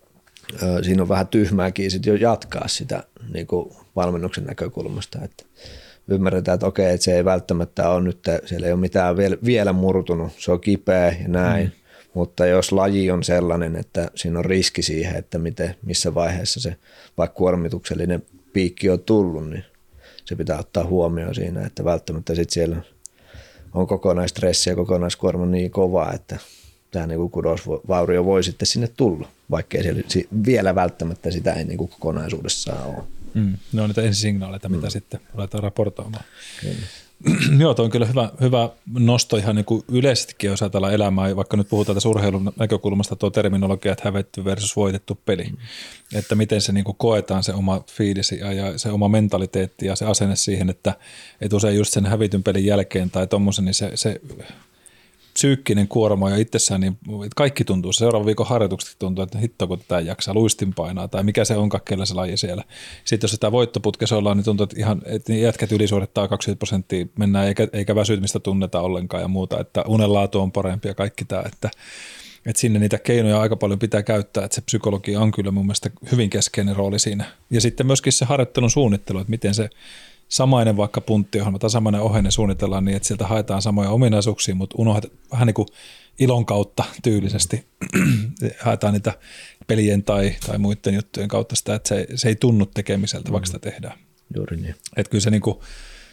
ö, siinä on vähän tyhmääkin sitten jo jatkaa sitä niin kuin valmennuksen näkökulmasta, että ymmärretään, että okei, että se ei välttämättä ole nyt, siellä ei ole mitään vielä, vielä murtunut, se on kipeä ja näin. Mm. Mutta jos laji on sellainen, että siinä on riski siihen, että miten, missä vaiheessa se vaikka kuormituksellinen piikki on tullut, niin se pitää ottaa huomioon siinä, että välttämättä sitten siellä on kokonaistressi ja kokonaiskuorma niin kova, että tämä niin kudosvaurio voi sitten sinne tulla, vaikkei siellä vielä välttämättä sitä ei niin kokonaisuudessaan ole. Mm. Ne on niitä ensisignaaleita, mitä mm. sitten aletaan raportoimaan. Kyllä. Joo, tuo on kyllä hyvä, hyvä nosto ihan niin kuin yleisestikin, jos ajatellaan elämää, vaikka nyt puhutaan tässä urheilun näkökulmasta tuo terminologia, että hävetty versus voitettu peli, mm. että miten se niin kuin koetaan se oma fiilisi ja, ja se oma mentaliteetti ja se asenne siihen, että, että usein just sen hävityn pelin jälkeen tai tommosen, niin se, se psyykkinen kuorma ja itsessään, niin kaikki tuntuu, se seuraavan viikon harjoitukset tuntuu, että hitto kun tätä jaksaa, luistin painaa tai mikä se onkaan, kellä se laji siellä. Sitten jos sitä voittoputkessa ollaan, niin tuntuu, että ihan että jätkät ylisuorittaa kaksikymmentä prosenttia mennään eikä, eikä väsymistä tunneta ollenkaan ja muuta, että unenlaatu on parempi ja kaikki tämä, että, että sinne niitä keinoja aika paljon pitää käyttää, että se psykologia on kyllä mun mielestä hyvin keskeinen rooli siinä. Ja sitten myöskin se harjoittelun suunnittelu, että miten se samainen vaikka punttiohjelma tai samainen ohjenne suunnitellaan niin, että sieltä haetaan samoja ominaisuuksia, mutta unohdetaan vähän niin kuin ilon kautta tyylisesti haetaan niitä pelien tai, tai muiden juttujen kautta sitä, että se, se ei tunnu tekemiseltä, vaikka sitä tehdään. Juuri niin. Että kyllä se, niin kuin,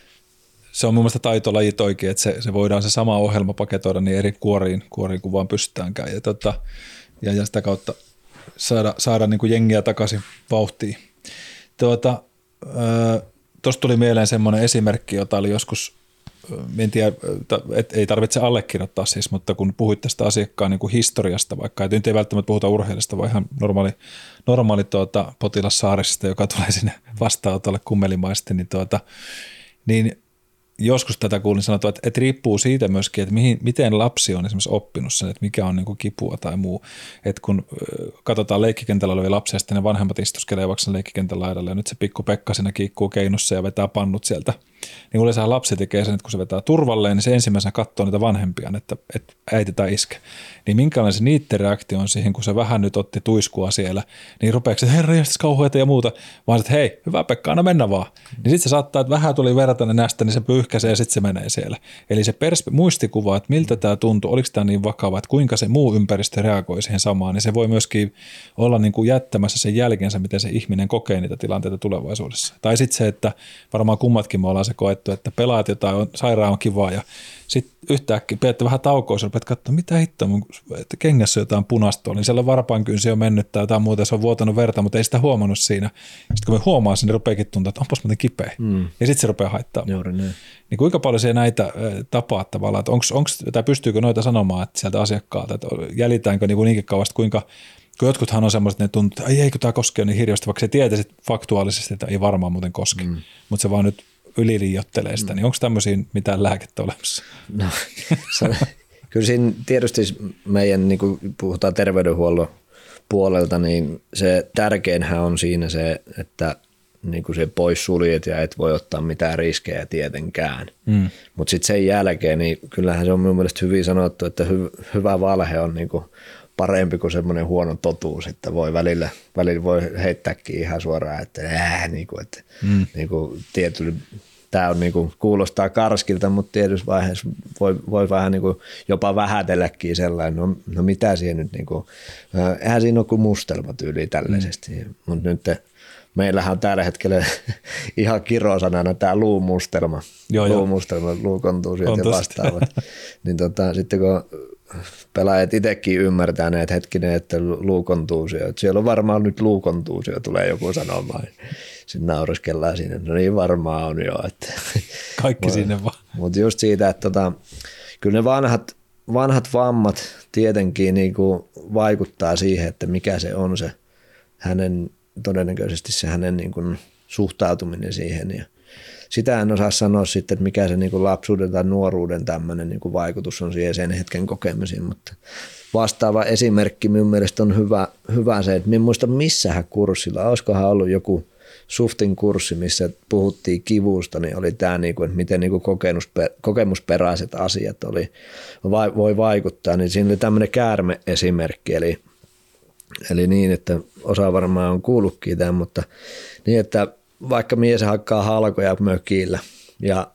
se on mun mielestä taitolajit oikein, että se, se voidaan se sama ohjelma paketoida niin eri kuoriin, kuoriin kuin vaan pystytäänkään ja, tota, ja, ja sitä kautta saada, saada niin kuin jengiä takaisin vauhtiin. Tuota, tuosta tuli mieleen semmoinen esimerkki, jota oli joskus, en tiedä, et ei tarvitse allekirjoittaa siis, mutta kun puhuit tästä asiakkaan niin kuin historiasta vaikka, että nyt ei välttämättä puhuta urheilusta, vaan ihan normaali, normaali tuota, potilas Saarisesta, joka tulee sinne vastaanotolle kummelimaisesti, niin, tuota, niin joskus tätä kuulin sanottua, että, että riippuu siitä myöskin, että mihin, miten lapsi on esimerkiksi oppinut sen, että mikä on niin kuin kipua tai muu. Että kun katsotaan leikkikentällä olevia lapsia, sitten ne vanhemmat istuskelee vaikka leikkikentän laidalla ja nyt se pikku Pekka siinä kiikkuu keinussa ja vetää pannut sieltä. Niin yleensä lapsi tekee sen, että kun se vetää turvalleen, niin se ensimmäisenä katsoo niitä vanhempiaan, että, että äiti tai iskä. Niin minkälainen se niitten reaktio on siihen, kun se vähän nyt otti tuiskua siellä, niin rupeeko se, että herra jästäisi kauheita ja muuta, vaan että hei, hyvä Pekka, anna mennä vaan. Niin sitten se saattaa, että vähän tuli vertainen nästä, niin se pyyhkäisee ja sitten se menee siellä. Eli se perspe- muistikuva, että miltä tämä tuntuu, oliko tämä niin vakava, että kuinka se muu ympäristö reagoi siihen samaan, niin se voi myöskin olla niin kuin jättämässä sen jälkensä, miten se ihminen kokee niitä tilanteita tulevaisuudessa. Tai sitten se, että varmaan kummatkin me ollaan se koettu, että pelaat jotain, on, sairaan on kivaa ja sitten yhtäkkiä pidätte vähän taukoa, ja rupeat katsomaan, mitä hittoa, että kengässä jotain punaista, niin siellä on varpaankynsi on mennyt tai jotain muuta, se on vuotanut verta, mutta ei sitä huomannut siinä. Sitten kun me huomaa sen, niin rupeakin tuntua, että onpas muuten kipeä. Mm. Ja sitten se rupeaa haittamaan. Juuri niin. Niin kuinka paljon se näitä tapaa tavallaan, että onks, onks, tai pystyykö noita sanomaan että sieltä asiakkaalta, että jäljitäänkö niin niinkin kauasta, kuinka kun jotkuthan on semmoiset, että ne tuntuu, että ei, eikö tämä koskee niin hirveästi, vaikka se tietäisi faktuaalisesti, että ei varmaan muuten koske, mm. mutta se vaan nyt yliliiottelee sitä, mm. niin onko tämmöisiä mitään lääkettä olemassa? No, kyllä siinä tietysti meidän, niin kuin puhutaan terveydenhuollon puolelta, niin se tärkeinhän on siinä se, että niin kuin se pois suljet ja et voi ottaa mitään riskejä tietenkään. Mm. Mutta sitten sen jälkeen, niin kyllähän se on minun mielestä hyvin sanottu, että hy- hyvä valhe on niin kuin parempi kuin semmoinen huono totuus, että voi välillä, välillä voi heittääkin ihan suoraan, että äh, niin kuin, että mm. niin kuin tietyllä, tämä on niin kuin, kuulostaa karskilta, mutta tietyssä vaiheessa voi, voi vähän niin kuin jopa vähätelläkin sellainen, no, no mitä siihen nyt, niin kuin, eihän siinä ole kuin mustelmatyyli tällaisesti, mm. mutta nyt meillähän on tällä hetkellä ihan kirosanana tämä luumustelma, joo, luumustelma, luukontuusiot ja vastaavat, niin tota, sitten kun pelaajat itsekin ymmärtää näitä hetkinen, että luukontuusio. Että siellä on varmaan nyt luukontuusio, tulee joku sanomaan. Sitten nauriskellaan siinä, no niin varmaan on jo. Että. Kaikki sinne vaan. Mutta just siitä, että tota, kyllä ne vanhat, vanhat vammat tietenkin niin kuin vaikuttaa siihen, että mikä se on se hänen, todennäköisesti se hänen niin kuin suhtautuminen siihen. Ja sitä en osaa sanoa sitten, että mikä se niin kuin lapsuuden tai nuoruuden tämmöinen niin kuin vaikutus on siihen sen hetken kokemisiin, mutta vastaava esimerkki minun mielestä on hyvä, hyvä se, että minä en muista missähän kurssilla, olisikohan ollut joku Suftin kurssi, missä puhuttiin kivusta, niin oli tämä, niin kuin, että miten niin kuin kokemusperäiset asiat oli, voi vaikuttaa, niin siinä oli tämmöinen käärme-esimerkki, eli, eli niin, että osa varmaan on kuullutkin tämän, mutta niin, että vaikka mies hakkaa halkoja mökillä ja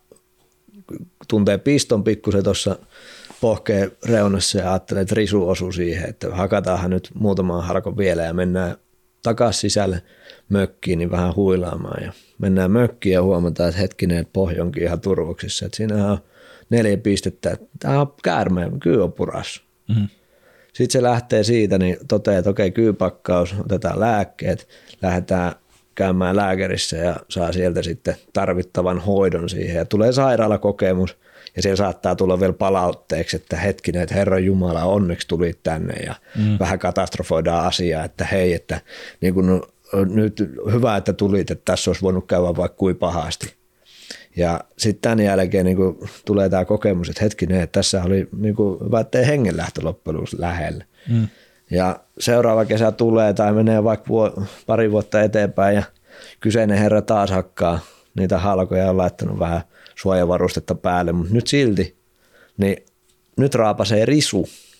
tuntee piston pikkusen tuossa pohkeen reunassa ja ajattelee, että risu osuu siihen, että hakataanhan nyt muutaman halkon vielä ja mennään takaisin sisälle mökkiin, niin vähän huilaamaan ja mennään mökkiin ja huomataan, että hetkinen, että pohja onkin ihan turvoksissa, että siinähän on neljä pistettä, että tämä on käärme, kyy on puras. Mm-hmm. Sitten se lähtee siitä, niin toteaa, että okei, kyypakkaus, otetaan lääkkeet, lähdetään käymään lääkärissä ja saa sieltä sitten tarvittavan hoidon siihen ja tulee sairaalakokemus ja siellä saattaa tulla vielä palautteeksi, että hetkinen, että Herran Jumala onneksi tulit tänne ja mm. vähän katastrofoidaan asiaa, että hei, että niin kun, nyt hyvä, että tulit, että tässä olisi voinut käydä vaikka kuin pahasti. Ja sitten tämän jälkeen niin kun tulee tämä kokemus, että hetkinen, että tässä oli niin kun, hyvä, ettei hengenlähtö loppujen lopuksi lähellä. Mm. Ja seuraava kesä tulee tai menee vaikka vuo, pari vuotta eteenpäin ja kyseinen herra taas hakkaa niitä halkoja on laittanut vähän suojavarustetta päälle, mutta nyt silti, niin nyt raapasee risu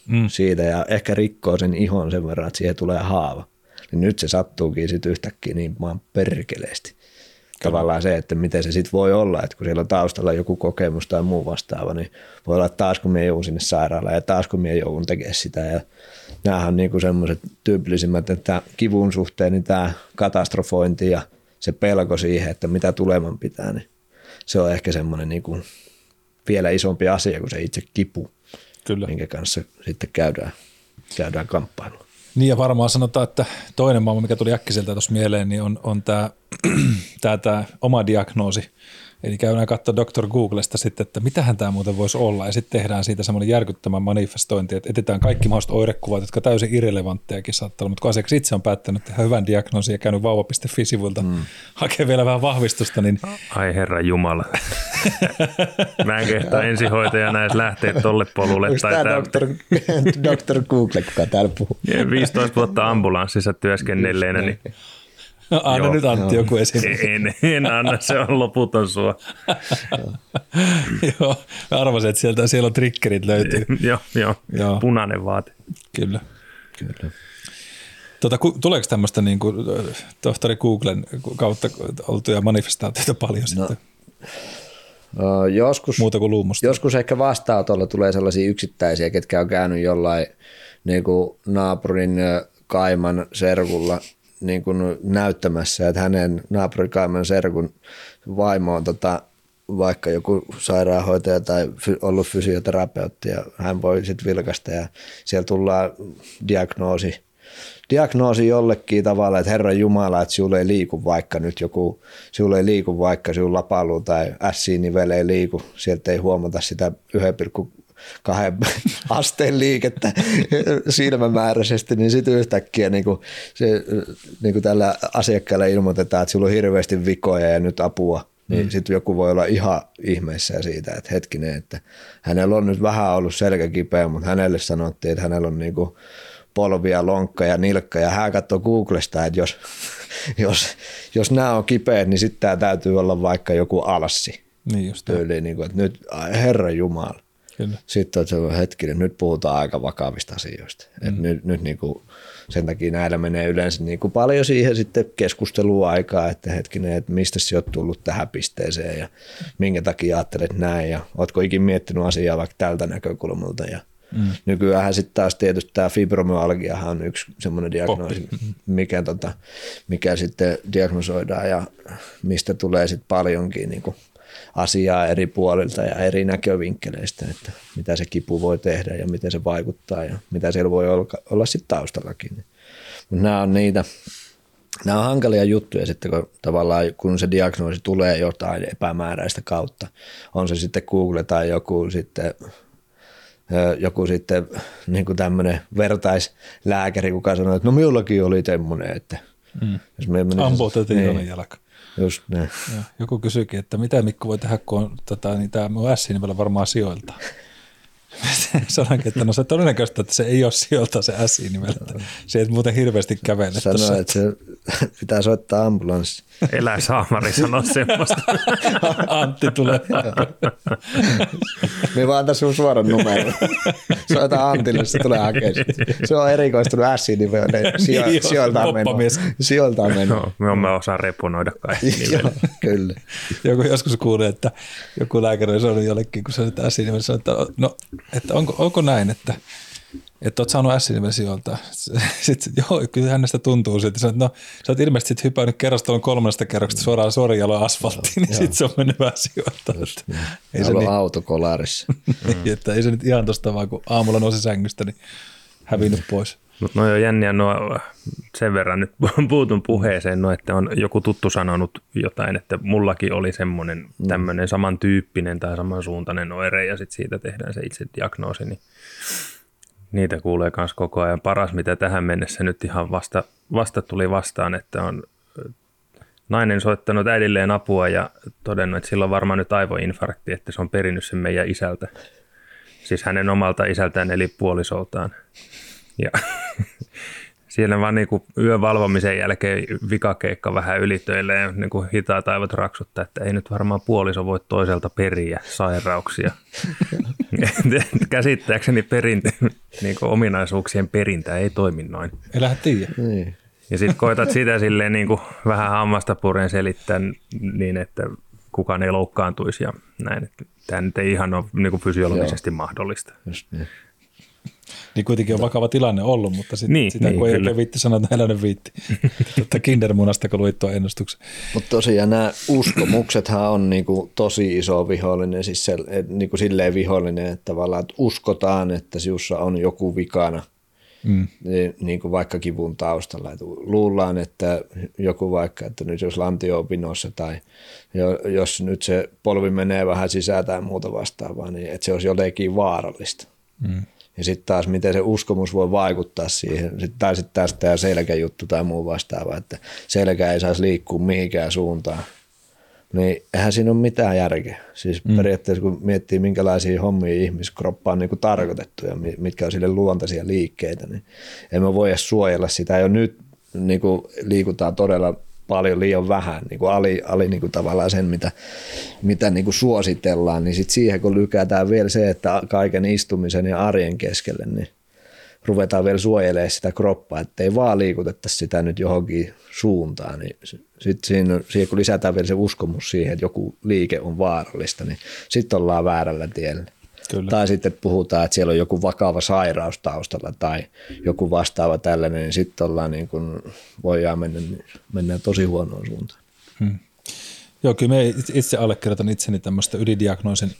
mm. siitä ja ehkä rikkoo sen ihon sen verran, että siihen tulee haava. Niin nyt se sattuukin sitten yhtäkkiä niin maan perkeleesti. Tavallaan se, että miten se sitten voi olla, että kun siellä on taustalla joku kokemus tai muu vastaava, niin voi olla, että taas kun minä joudun sinne sairaalaan ja taas kun minä joudun tekemään sitä. Ja nämähän on niinku semmoiset tyypillisimmät, että kivun suhteen niin tämä katastrofointi ja se pelko siihen, että mitä tuleman pitää, niin se on ehkä semmoinen niinku vielä isompi asia kuin se itse kipu, Kyllä. minkä kanssa sitten käydään, käydään kamppailua. Niin ja varmaan sanotaan, että toinen maailma, mikä tuli äkkiseltä tuossa mieleen, niin on, on tämä, tämä, tämä oma diagnoosi. Eli käydään katsoa doktor Googlesta sitten, että mitähän tämä muuten voisi olla. Ja sitten tehdään siitä semmoinen järkyttävä manifestointi, että etsitään kaikki mahdolliset oirekuvat, jotka täysin irrelevanttejakin saattaa olla. Mutta kun asiakas itse on päättänyt tehdä hyvän diagnoosin ja käynyt vauva piste fi-sivuilta mm. hakee vielä vähän vahvistusta. Niin... Ai herra jumala. Mä en kehtaa ensihoitajana edes lähteä tolle polulle. Onko tämä tämän... doktor, doktor Google, kuka täällä puhuu? viisitoista vuotta ambulanssissa työskennelleenä, niin no, anna Joo, nyt Antti no. joku esimerkki. En, en anna, se on loputon sua. Joo, mä arvasin, että sieltä, siellä on triggerit löytyy. joo, joo, joo, punainen vaate. Kyllä. Kyllä. Tota, tuleeko tämmöistä niin kuin tohtori Googlen kautta oltuja manifestaatioita paljon no. sitten? No, joskus, Muuta kuin luumusta. Joskus ehkä vastaanotolla tulee sellaisia yksittäisiä, ketkä on käynyt jollain niin kuin naapurin kaiman serkulla niin kuin näyttämässä, että hänen naapurikaiman serkun vaimo on tota, vaikka joku sairaanhoitaja tai ollut fysioterapeutti ja hän voi sitten vilkaista ja siellä tullaan diagnoosi, diagnoosi jollekin tavalla, että Herran Jumala, että sinulla ei liiku vaikka nyt joku, sinulla ei liiku vaikka sinun lapalu tai ässiinivele ei liiku, sieltä ei huomata sitä yksi pilkku kahden asteen liikettä silmämääräisesti, niin sitten yhtäkkiä niin kuin se, niin kuin tällä asiakkaalla ilmoitetaan, että sinulla on hirveästi vikoja ja nyt apua, niin mm. sitten joku voi olla ihan ihmeissään siitä, että hetkinen, että hänellä on nyt vähän ollut selkä kipeä, mutta hänelle sanottiin, että hänellä on niin kuin polvia, lonkka ja nilkka ja hän katsoo Googlesta, että jos, jos, jos nämä on kipeät, niin sitten tämä täytyy olla vaikka joku alssi. Niin just tyyliin, niin kuin, että nyt Herran Jumala. Kyllä. Sitten on se hetkinen, nyt puhutaan aika vakavista asioista. Mm. Et nyt, nyt niin kuin, sen takia näillä menee yleensä niin kuin paljon siihen sitten keskustelua aikaa, että hetkinen, että mistä sä oot tullut tähän pisteeseen ja minkä takia ajattelet näin ja ootko ikin miettinyt asiaa vaikka tältä näkökulmalta. Ja mm. nykyäänhän sitten taas tietysti tämä fibromyalgiahan on yksi semmoinen diagnoosi, mikä, tota, mikä sitten diagnosoidaan ja mistä tulee sitten paljonkin niin kuin asiaa eri puolilta ja eri näkövinkkeleistä, että mitä se kipu voi tehdä ja miten se vaikuttaa ja mitä siellä voi olla, olla sitten taustallakin. Mutta nämä on niitä, nämä on hankalia juttuja sitten, kun tavallaan kun se diagnoosi tulee jotain epämääräistä kautta, on se sitten Google tai joku sitten, joku sitten niin kuin tämmöinen vertaislääkäri, kuka sanoo, että no minullakin oli semmoinen, että mm. jos me amputettiin niin, jalka. Just näin. Ja joku kysyikin, että mitä Mikko voi tehdä, kun on, tota, niin tämä minun ässinimellä varmaan sijoilta. Sanoinkin, että no se todennäköistä, että se ei ole sijoilta se ässinimellä. Se ei muuten hirveästi kävele. Sanoin, että se pitää soittaa ambulanssi. Eläisaamari sanoo semmoista. Antti tulee. Me vaan antaa sinun suoran numeron. Soita Antille, se tulee hakemaan. Se on erikoistunut ässinimelle. Sijoilta on mennyt. Sijoilta on mennyt. No, me olemme osaa reponoida kaikki niille. Kyllä. Joku joskus kuuli, että joku lääkäri on sanonut jollekin, kun se on ässinimellä, sanoi, että no, että onko, onko näin, että, että olet saanut ässinimellä sijoilta. Sitten joo, kyllä hänestä tuntuu siltä. Sanoit, no sä oot ilmeisesti sit hypännyt kerrostalon kolmannesta kerroksesta suoraan suorin jaloin asfalttiin, niin sitten se on mennyt vähän sijoilta. Ei se niin, autokolarissa. Niin, että ei se nyt ihan tuosta vaan, kun aamulla nousi sängystä, niin hävinnyt pois. Mutta no on jänniä, no sen verran nyt puutun puheeseen, no, että on joku tuttu sanonut jotain, että mullakin oli semmoinen tämmöinen samantyyppinen tai samansuuntainen oire ja sitten siitä tehdään se itse diagnoosi, niin niitä kuulee myös koko ajan. Paras, mitä tähän mennessä nyt ihan vasta, vasta tuli vastaan, että on nainen soittanut äidilleen apua ja todennut, että sillä on varmaan nyt aivoinfarkti, että se on perinnyt sen meidän isältä, siis hänen omalta isältään eli puolisoltaan. Ja Siellä vaan niinku yön valvomisen jälkeen vikakeikka vähän ylitöille ja niinku hitaat aivot raksuttaa, että ei nyt varmaan puoliso voi toiselta periä sairauksia. Käsittääkseni perinte, niinku ominaisuuksien perintä ei toimi noin. Ei lähde tiedä. Niin. Ja sitten koetat sitä silleen niinku vähän hammasta pureen selittää niin, että kukaan ei loukkaantuisi ja näin. Tämä nyt ei ihan ole niinku fysiologisesti Joo. mahdollista. Just niin. Niin kuitenkin on vakava tilanne ollut, mutta sit, niin, sitä niin, kun ei kyllä. oikein viitti sanoa, että eläinen viitti. Totta kindermunasta, kun luit tuon ennustuksen. Mutta tosiaan nämä uskomuksethan on niinku tosi iso vihollinen, siis se, et, niinku silleen vihollinen, että tavallaan että uskotaan, että sinussa on joku vikana, mm. niin, niinku vaikka kivun taustalla. Et luullaan, että joku vaikka, että nyt jos lantio on pinossa tai jos nyt se polvi menee vähän sisään tai muuta vastaavaa, niin että se olisi jotenkin vaarallista. Mm. Ja sitten taas, miten se uskomus voi vaikuttaa siihen. Sitten taas sitten taas tämä selkäjuttu tai muu vastaava, että selkä ei saisi liikkua mihinkään suuntaan. Niin eihän siinä ole mitään järkeä. Siis mm. periaatteessa kun miettii, minkälaisia hommia ihmiskroppa on niin kuin tarkoitettu ja mitkä on sille luontaisia liikkeitä, niin emme voi edes suojella sitä. Jo nyt niin kuin liikutaan todella paljon liian vähän, niin kuin ali, ali niin kuin tavallaan sen, mitä, mitä niin kuin suositellaan, niin sitten siihen kun lykätään vielä se, että kaiken istumisen ja arjen keskelle, niin ruvetaan vielä suojelemaan sitä kroppaa, ettei vaan liikutettaisi sitä nyt johonkin suuntaan, niin sitten siinä, siihen kun lisätään vielä se uskomus siihen, että joku liike on vaarallista, niin sitten ollaan väärällä tiellä. Kyllä. Tai sitten että puhutaan, että siellä on joku vakava sairaus taustalla tai joku vastaava tällainen, niin sitten ollaan niin kuin, voidaan mennä, mennä tosi huonoon suuntaan. Hmm. Joo, kyllä me itse allekirjoitan itseni tämmöistä ylidiagnoosin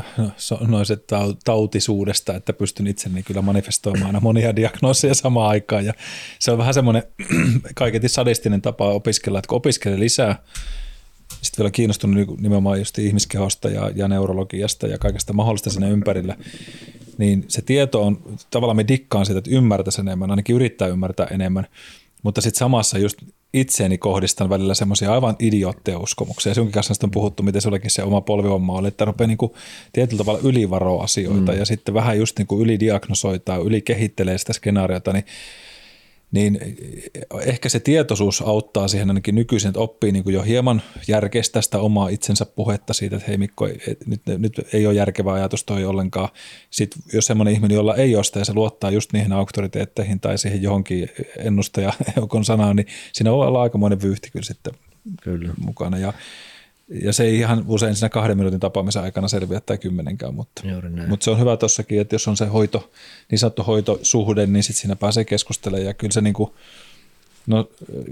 noiset tautisuudesta, että pystyn itseni kyllä manifestoimaan aina monia diagnooseja samaan aikaan. Ja se on vähän semmoinen kaiketi sadistinen tapa opiskella, että kun opiskelee lisää, sitten vielä kiinnostunut nimenomaan just ihmiskehosta ja, ja neurologiasta ja kaikesta mahdollista sinne ympärillä, niin se tieto on, tavallaan me dikkaan siitä, että ymmärtäisi enemmän, ainakin yrittää ymmärtää enemmän, mutta sitten samassa just itseeni kohdistan välillä semmoisia aivan idiootteja uskomuksia. Sinunkin kanssa on puhuttu, miten sullekin se oma polvivamma oli, että rupeaa niinku tietyllä tavalla ylivaroa asioita mm. ja sitten vähän just niinku ylidiagnosoitaa, ylikehittelee sitä skenaariota, niin niin ehkä se tietoisuus auttaa siihen ainakin nykyisin, että oppii niin kuin jo hieman järkeistä sitä omaa itsensä puhetta siitä, että hei Mikko, et nyt, nyt ei ole järkevä ajatus toi ollenkaan. Sitten jos semmoinen ihminen, jolla ei ole sitä ja se luottaa just niihin auktoriteetteihin tai siihen johonkin ennustajajoukon sanaan, niin siinä voi olla aikamoinen vyyhti kyllä sitten kyllä. mukana. Ja, ja se ei ihan usein siinä kahden minuutin tapaamisen aikana selviä tai kymmenenkään, mutta, mutta se on hyvä tossakin, että jos on se hoito, niin sanottu hoitosuhde, niin sitten siinä pääsee keskustelemaan ja kyllä se niin kuin, no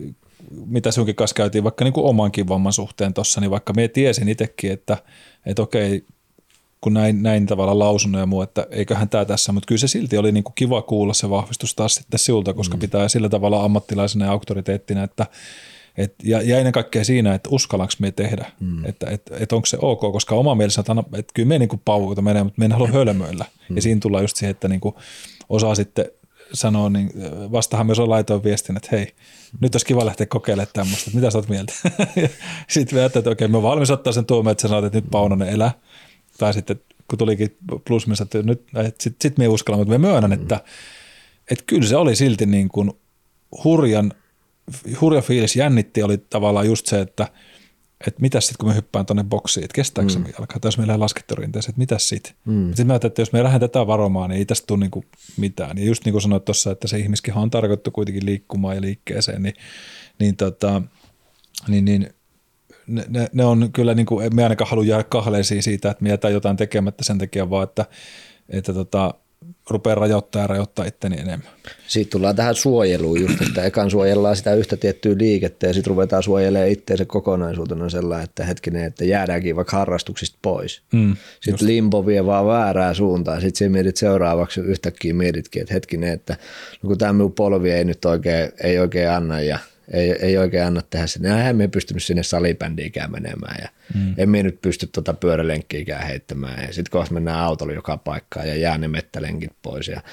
mitä sinunkin kanssa käytiin vaikka niin kuin omankin vamman suhteen tuossa, niin vaikka me tiesin itsekin, että, että okei, kun näin, näin tavalla lausunut ja muu, että eiköhän tämä tässä, mutta kyllä se silti oli niin kuin kiva kuulla se vahvistus taas sitten sinulta, koska mm. pitää sillä tavalla ammattilaisena ja auktoriteettina, että Et, ja, ja ennen kaikkea siinä, että uskallanko me tehdä, mm. että et, et onko se ok, koska oma mielessä, että, että kyllä me niin paukuta menee, mutta me en halua hölmöillä. Mm. Ja siinä tullaan just siihen, että niin kuin osaa sitten sanoa, niin vastahan myös on laitoin viestin, että hei, nyt olisi kiva lähteä kokeilemaan tämmöistä, että mitä sä oot mieltä? Sitten me ajattelin, että okei, me valmis ottaa sen tuomioon, että sä sanot, että nyt Paunonen elää. Tai sitten kun tulikin plusmissa, että nyt sitten sit me uskallan, mutta me myönnän, mm. että, että kyllä se oli silti niin kuin hurjan, hurja fiilis jännitti oli tavallaan just se, että, että mitäs sitten kun me hyppään tuonne boksiin, että kestääkö se mm. jalkaa, tai jos meillä ei laskettu rinteeseen, että mitäs sitten. Mm. Sitten mä ajattelin, että jos me lähdetään tätä varomaan, niin ei tästä tule niinku mitään. Ja just niin kuin sanoit tuossa, että se ihmiskeho on tarkoitettu kuitenkin liikkumaan ja liikkeeseen, niin, niin, tota, niin, niin ne, ne, ne on kyllä, niin kuin, me ainakaan halua jäädä kahleisiin siitä, että me jätään jotain tekemättä sen takia vaan, että, että tota, rupeaa rajoittaa ja rajoittaa itteni enemmän. Siitä tullaan tähän suojeluun just, että ekan suojellaan sitä yhtä tiettyä liikettä ja sitten ruvetaan suojelemaan itseänsä kokonaisuutena sellainen, että hetkinen, että jäädäänkin vaikka harrastuksista pois. Mm, sitten just. Limbo vie vaan väärään suuntaan. Sitten siinä mietit seuraavaksi yhtäkkiä mietitkin, että hetkinen, että no kun tämä minun polvi ei nyt oikein, ei oikein anna ja ei, ei oikein anna tehdä sinne. Eihän me pystynyt sinne salibändiikään menemään ja mm. en me nyt pysty tuota pyörälenkkiikään heittämään. Ja sitten kohta mennään autolla joka paikkaan ja jää ne mettälenkit pois. Ja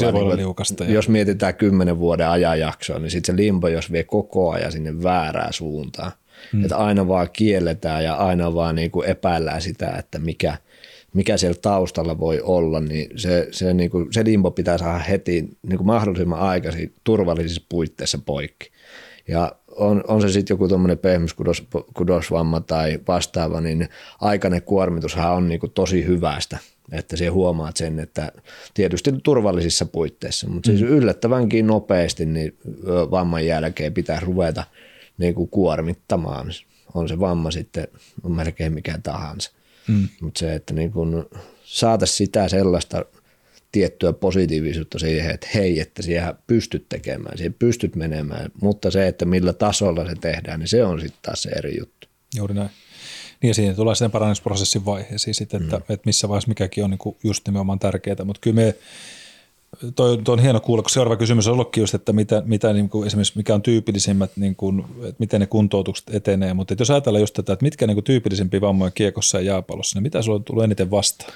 niin, jos mietitään kymmenen vuoden ajanjaksoa, niin sitten se limbo, jos vie koko ajan sinne väärään suuntaan. Mm. Että aina vaan kielletään ja aina vaan niin kuin epäillään sitä, että mikä, mikä siellä taustalla voi olla, niin se, se, niin kuin, se limbo pitää saada heti niin kuin mahdollisimman aikaisin turvallisissa puitteissa poikki. Ja on, on se sitten joku tuommoinen pehmyskudosvamma tai vastaava, niin aikainen kuormitushan on niin kuin tosi hyvästä, että siellä huomaat sen, että tietysti turvallisissa puitteissa, mutta mm. siis yllättävänkin nopeasti niin vamman jälkeen pitää ruveta niin kuin kuormittamaan. On se vamma sitten on melkein mikä tahansa. Mm. Mutta se, että niin kun saataisiin sitä sellaista tiettyä positiivisuutta siihen, että hei, että siellä pystyt tekemään, siellä pystyt menemään, mutta se, että millä tasolla se tehdään, niin se on sitten taas se eri juttu. Juuri näin. Niin ja siinä tulee sen parannusprosessin vaiheisiin sitten, että, mm. että missä vaiheessa mikäkin on niin kuin just nimenomaan tärkeää, mutta kyllä me Toi, toi on hieno kuulla, kun seuraava kysymys on ollutkin just, että mitä, mitä niin kuin esimerkiksi mikä on tyypillisimmät, niin kuin, että miten ne kuntoutukset etenee, mutta jos ajatellaan just tätä, että mitkä niin kuin tyypillisimpiä vammoja kiekossa ja jääpallossa, niin mitä sulla tulee eniten vastaan?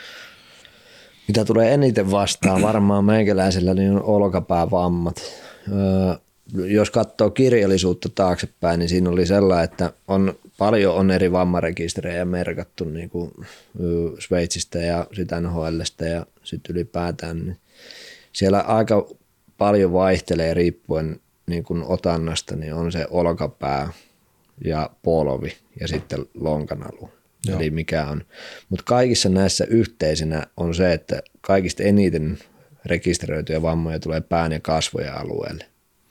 Mitä tulee eniten vastaan? Varmaan meikäläisellä niin on olkapäävammat. Öö, jos katsoo kirjallisuutta taaksepäin, niin siinä oli sellainen, että on paljon on eri vammarekisterejä merkattu niin kuin Sveitsistä ja sitä N H L:stä ja sitten ylipäätään, niin siellä aika paljon vaihtelee riippuen niin kuin otannasta, niin on se olkapää ja polvi ja sitten lonkanalue. Joo. Eli mikä on. Mutta kaikissa näissä yhteisenä on se, että kaikista eniten rekisteröityjä vammoja tulee pään ja kasvojen alueelle.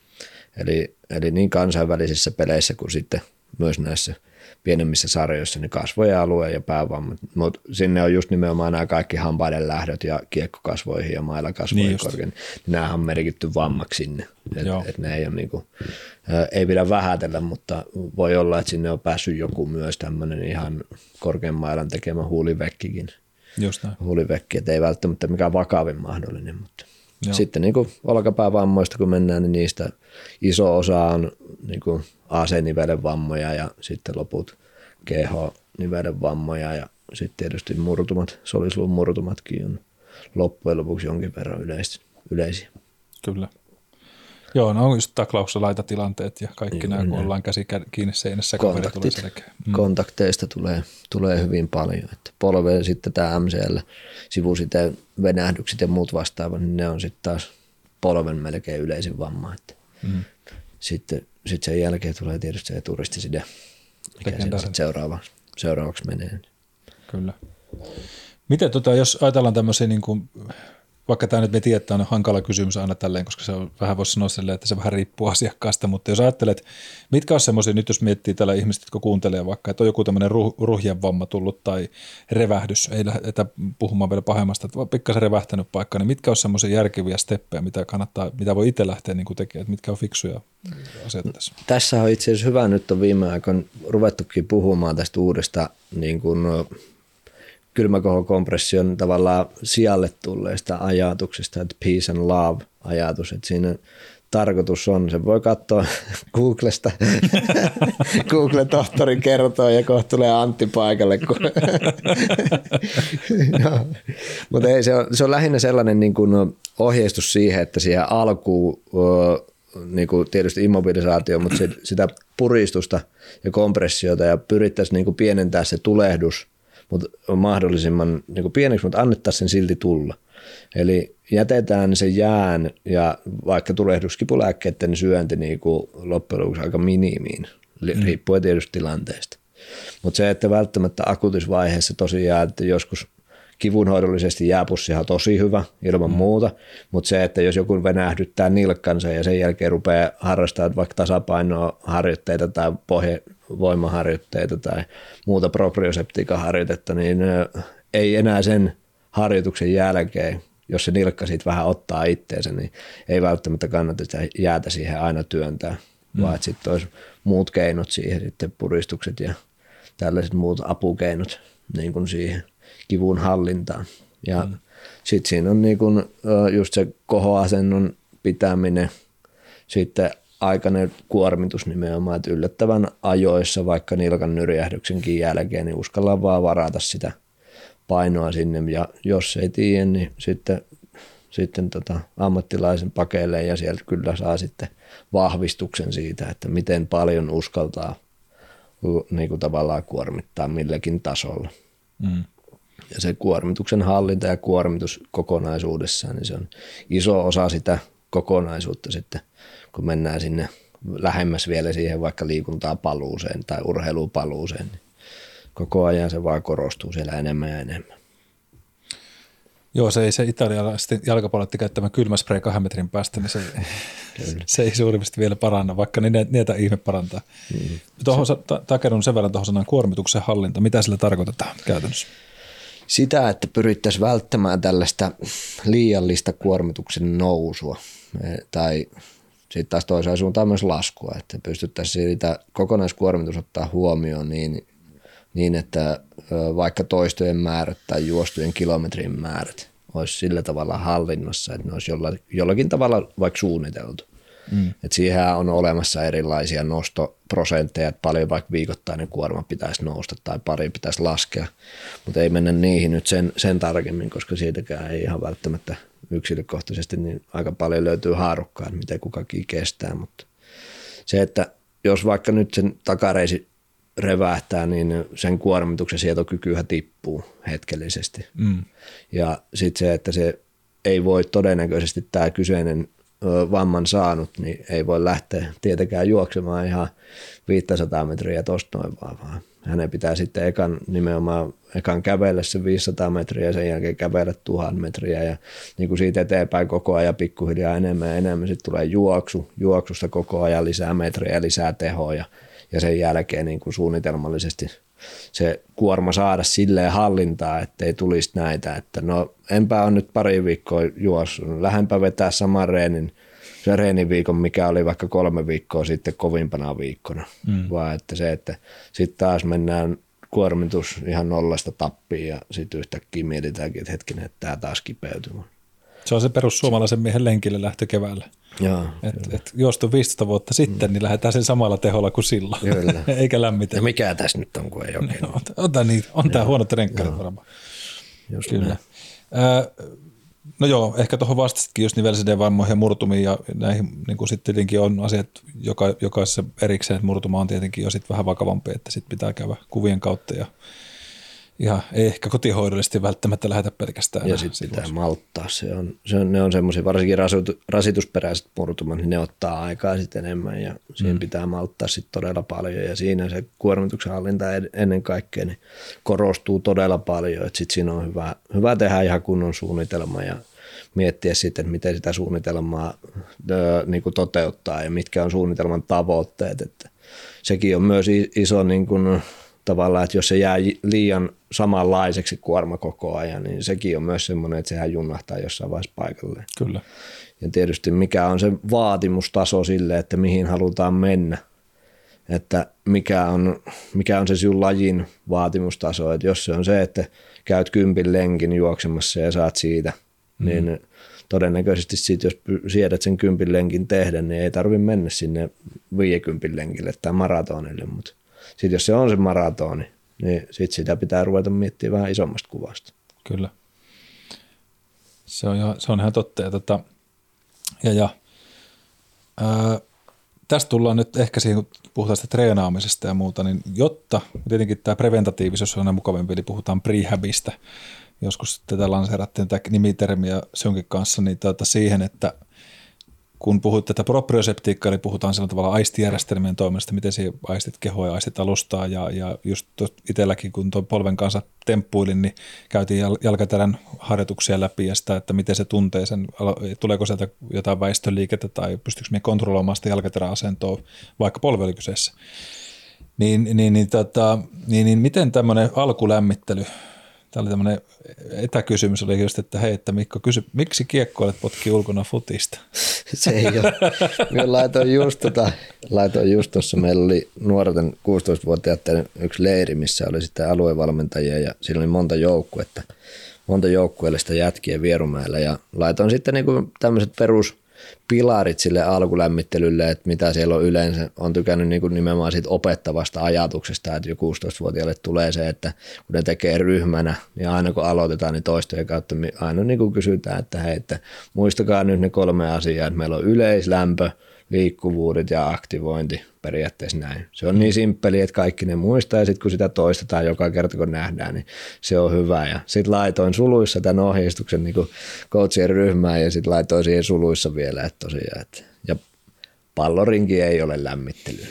Eli, eli niin kansainvälisissä peleissä kuin sitten myös näissä pienemmissä sarjoissa, niin kasvojen alue ja päävammat. Mutta sinne on just nimenomaan nämä kaikki hampaiden lähdöt ja kiekkokasvoihin ja mailakasvoihin niin korkein. Nämähän on merkitty vammaksi sinne. Et, et ne ei, ole niinku, ei pidä vähätellä, mutta voi olla, että sinne on päässyt joku myös tämmöinen ihan korkean mailan tekemä huulivekkikin. Just näin. Huulivekki, että ei välttämättä mikään vakavin mahdollinen, mutta Joo. sitten niin kuin olkapäävammoista kun mennään, niin niistä iso osa on niin kuin A C-nivelen vammoja ja sitten loput G H-nivelen vammoja ja sitten tietysti murtumat, solisluvun murtumatkin on loppujen lopuksi jonkin verran yleisiä. Kyllä. Joo, no on just taklauksessa laitatilanteet ja kaikki nämä, kun ollaan käsi kiinni seinässä. Kontaktit, tulee mm. kontakteista tulee, tulee hyvin paljon. Että polveen sitten tämä M C L, sivusiteen venähdykset ja muut vastaavat, niin ne on sitten taas polven melkein yleisin vamma. Että mm. Sitten, sitten sen jälkeen tulee tietysti se turistiside, mikä sitten seuraavaksi, seuraavaksi menee. Kyllä. Miten tota, jos ajatellaan tämmöisiä niin kuin vaikka tämä nyt me tiedät, että on hankala kysymys aina tälleen, koska se on vähän voisi sanoa silleen, että se vähän riippuu asiakkaasta, mutta jos ajattelet, mitkä on semmoisia, nyt jos miettii tällä ihmiset, jotka kuuntelee vaikka, että on joku tämmöinen ruh, ruhjen vamma tullut tai revähdys, ei lähdetä puhumaan vielä pahemmasta, että pikkasen revähtänyt paikka, niin mitkä on semmoisia järkeviä steppejä, mitä kannattaa, mitä voi itse lähteä niin kuin tekemään, että mitkä on fiksuja asioita tässä? Tässä on itse asiassa hyvä, nyt on viime aikoina ruvettukin puhumaan tästä uudesta niin kuin kylmäkohokompression tavallaan sijalle tulleesta ajatuksesta, että peace and love ajatus, että siinä tarkoitus on, se voi katsoa Googlesta, Google-tohtori kertoo ja kohta tulee Antti paikalle. Kun no, mutta ei, se, on, se on lähinnä sellainen niin kuin ohjeistus siihen, että siihen alkuun niin kuin tietysti immobilisaatio, mutta se, sitä puristusta ja kompressiota ja pyrittäisiin niin kuin pienentää se tulehdus, mutta mahdollisimman niin kuin pieneksi, mutta annettaisiin sen silti tulla. Eli jätetään se jään ja vaikka tulehduskipulääkkeiden syönti niin kuin loppujen lopuksi aika minimiin, mm. riippuen tietysti tilanteesta. Mutta se, että välttämättä akuutisvaiheessa tosiaan, että joskus kivunhoidollisesti jääpussihan on tosi hyvä ilman mm. muuta, mutta se, että jos joku venähdyttää nilkkansa ja sen jälkeen rupeaa harrastamaan vaikka tasapainoa harjoitteita tai pohjavoimaharjoitteita tai muuta proprioseptiikan harjoitetta, niin ei enää sen harjoituksen jälkeen, jos se nilkka siitä vähän ottaa itteensä, niin ei välttämättä kannata sitä jäätä siihen aina työntää, mm. vaan että sitten olisi muut keinot siihen, sitten puristukset ja tällaiset muut apukeinot niin kuin siihen kivun hallintaan. Ja mm. sitten siinä on niin kuin just se kohoasennon pitäminen, sitten aikainen kuormitus nimenomaan, että yllättävän ajoissa vaikka nilkan nyrjähdyksenkin jälkeen, niin uskallaan vaan varata sitä painoa sinne, ja jos ei tiedä, niin sitten, sitten tota ammattilaisen pakeille ja sieltä kyllä saa sitten vahvistuksen siitä, että miten paljon uskaltaa niin kuin tavallaan kuormittaa milläkin tasolla. Mm. Ja se kuormituksen hallinta ja kuormitus kokonaisuudessaan, niin se on iso osa sitä kokonaisuutta sitten, kun mennään sinne lähemmäs vielä siihen vaikka liikuntaa paluuseen tai urheilupaluuseen, niin koko ajan se vaan korostuu siellä enemmän ja enemmän. Joo, se ei se italialaisten jalkapallotti käyttämä kylmäspray kahden metrin päästä, niin se, se ei suurimmasti vielä paranna, vaikka ne, niitä ihme parantaa. Mm. Tuohon takerun sen verran tuohon sanan kuormituksen hallinta. Mitä sillä tarkoitetaan käytännössä? Sitä, että pyrittäisiin välttämään tällaista liiallista kuormituksen nousua tai sitten taas toisaan suuntaan myös laskua, että pystyttäisiin siitä kokonaiskuormitus ottaa huomioon niin, niin, että vaikka toistojen määrät tai juostujen kilometrin määrät olisi sillä tavalla hallinnassa, että ne olisi jollakin tavalla vaikka suunniteltu. Mm. Että siihen on olemassa erilaisia nostoprosentteja, että paljon vaikka viikoittainen kuorma pitäisi nousta tai pari pitäisi laskea, mutta ei mennä niihin nyt sen, sen tarkemmin, koska siitäkään ei ihan välttämättä yksilökohtaisesti niin aika paljon löytyy haarukkaa, että miten kukakin kestää, mutta se, että jos vaikka nyt sen takareisi revähtää, niin sen kuormituksen sietokykyhän tippuu hetkellisesti. Mm. Ja sitten se, että se ei voi todennäköisesti tämä kyseinen vamman saanut, niin ei voi lähteä tietenkään juoksemaan ihan viisisataa metriä tosta noin vaan, vaan hänen pitää sitten ekan nimenomaan ekan kävellä se viisisataa metriä ja sen jälkeen kävellä tuhat metriä ja niin kuin siitä eteenpäin koko ajan pikkuhiljaa enemmän ja enemmän sitten tulee juoksu, juoksusta koko ajan lisää metriä ja lisää tehoja ja sen jälkeen niin kuin suunnitelmallisesti se kuorma saada silleen hallintaa, ettei tulisi näitä, että no enpä on nyt pari viikkoa juossut, lähempä vetää saman reenin, se reeniviikon, mikä oli vaikka kolme viikkoa sitten kovimpana viikkona, mm. vaan että se, että sitten taas mennään kuormitus ihan nollasta tappiin ja sitten yhtäkkiä mietitäänkin, että hetkinen, että tämä taas kipeytyy. Se on se perus suomalaisen miehen lenkille lähtö keväällä. Joo, et, et juostu viisitoista vuotta sitten, mm. niin lähdetään sen samalla teholla kuin silloin, eikä lämmitä. Ja mikä tässä nyt on, kun ei oikein. No, on on, niin, on tämä huono trenkkarit varmaan. Just Kyllä. Äh, no joo, ehkä tuohon vastasitkin just nivelsidevammoihin ja murtumiin ja näihin niin kuin sitten tietenkin on asiat joka, jokaisessa erikseen, että murtuma on tietenkin jo sitten vähän vakavampi, että sitten pitää käydä kuvien kautta ja ihan ei ehkä kotihoidollisesti välttämättä lähetä pelkästään. Ja sitten pitää malttaa. Se on, se on, ne on semmoisia, varsinkin rasitusperäiset murtumat, niin ne ottaa aikaa sitten enemmän ja siihen mm. pitää malttaa sitten todella paljon. Ja siinä se kuormituksen hallinta ennen kaikkea niin korostuu todella paljon. Sitten siinä on hyvä, hyvä tehdä ihan kunnon suunnitelma ja miettiä sitten, että miten sitä suunnitelmaa ö, niin kuin toteuttaa ja mitkä on suunnitelman tavoitteet. Että sekin on myös iso niin kuin, tavallaan, että jos se jää liian samanlaiseksi kuorma koko ajan, niin sekin on myös semmoinen, että sehän junnahtaa jossain vaiheessa paikalleen. Kyllä. Ja tietysti mikä on se vaatimustaso sille, että mihin halutaan mennä, että mikä on, mikä on se sinun lajin vaatimustaso, että jos se on se, että käyt kympin lenkin juoksemassa ja saat siitä, mm. niin todennäköisesti sit, jos siedät sen kympin lenkin tehdä, niin ei tarvitse mennä sinne viidenkympin lenkille tai maratonille, mutta sitten jos se on se maratoni, niin sitten sitä pitää ruveta miettimään vähän isommasta kuvasta. Kyllä. Se on ihan, se on ihan totta. Ja, tota, ja, ja ää, tästä tullaan nyt ehkä siihen, kun puhutaan sitä treenaamisesta ja muuta, niin jotta tietenkin tämä preventatiivisuus on aina mukavampi, eli puhutaan prehabista. Joskus tätä lanseerattiin tätä nimitermiä Synkin kanssa, niin tuota siihen, että kun puhut tätä proprioseptiikkaa, niin puhutaan sillä tavalla aistijärjestelmien toiminnasta, miten se aistit kehoa ja aistit alustaa. Ja, ja just itselläkin, kun tuon polven kanssa temppuilin, niin käytiin jalkaterän harjoituksia läpi ja sitä, että miten se tuntee sen, tuleeko sieltä jotain väistöliikettä tai pystyykö me kontrolloimaan sitä jalkateräasentoa, vaikka polvi oli kyseessä. Niin, niin, niin, tota, niin, niin miten tämmöinen alkulämmittely, tämä oli tämmöinen etäkysymys, oli just, että hei, että Mikko, kysy, miksi kiekkoilet potkii ulkona futista? Se ei ole. Minä laitoin just tota, laitoin just tuossa, meillä oli nuorten kuusitoistavuotiaiden yksi leiri, missä oli sitten aluevalmentajia ja siinä oli monta joukkuetta, monta joukkueellista jätkiä Vierumäellä ja laitoin sitten niinku tämmöiset perus pilarit sille alkulämmittelylle, että mitä siellä on yleensä. On tykännyt niin kuin nimenomaan siitä opettavasta ajatuksesta, että jo kuusitoistavuotiaille tulee se, että kun ne tekee ryhmänä, niin aina kun aloitetaan, niin toistojen kautta aina niin kuin kysytään, että hei, että muistakaa nyt ne kolme asiaa, että meillä on yleislämpö, liikkuvuudet ja aktivointi periaatteessa näin. Se on niin simppeli, että kaikki ne muistaa ja sitten kun sitä toistetaan joka kerta kun nähdään, niin se on hyvä. Ja sitten laitoin suluissa tämän ohjeistuksen niin coachien ryhmään ja sitten laitoin siihen suluissa vielä, että tosiaan, että ja pallorinki ei ole lämmittelyä.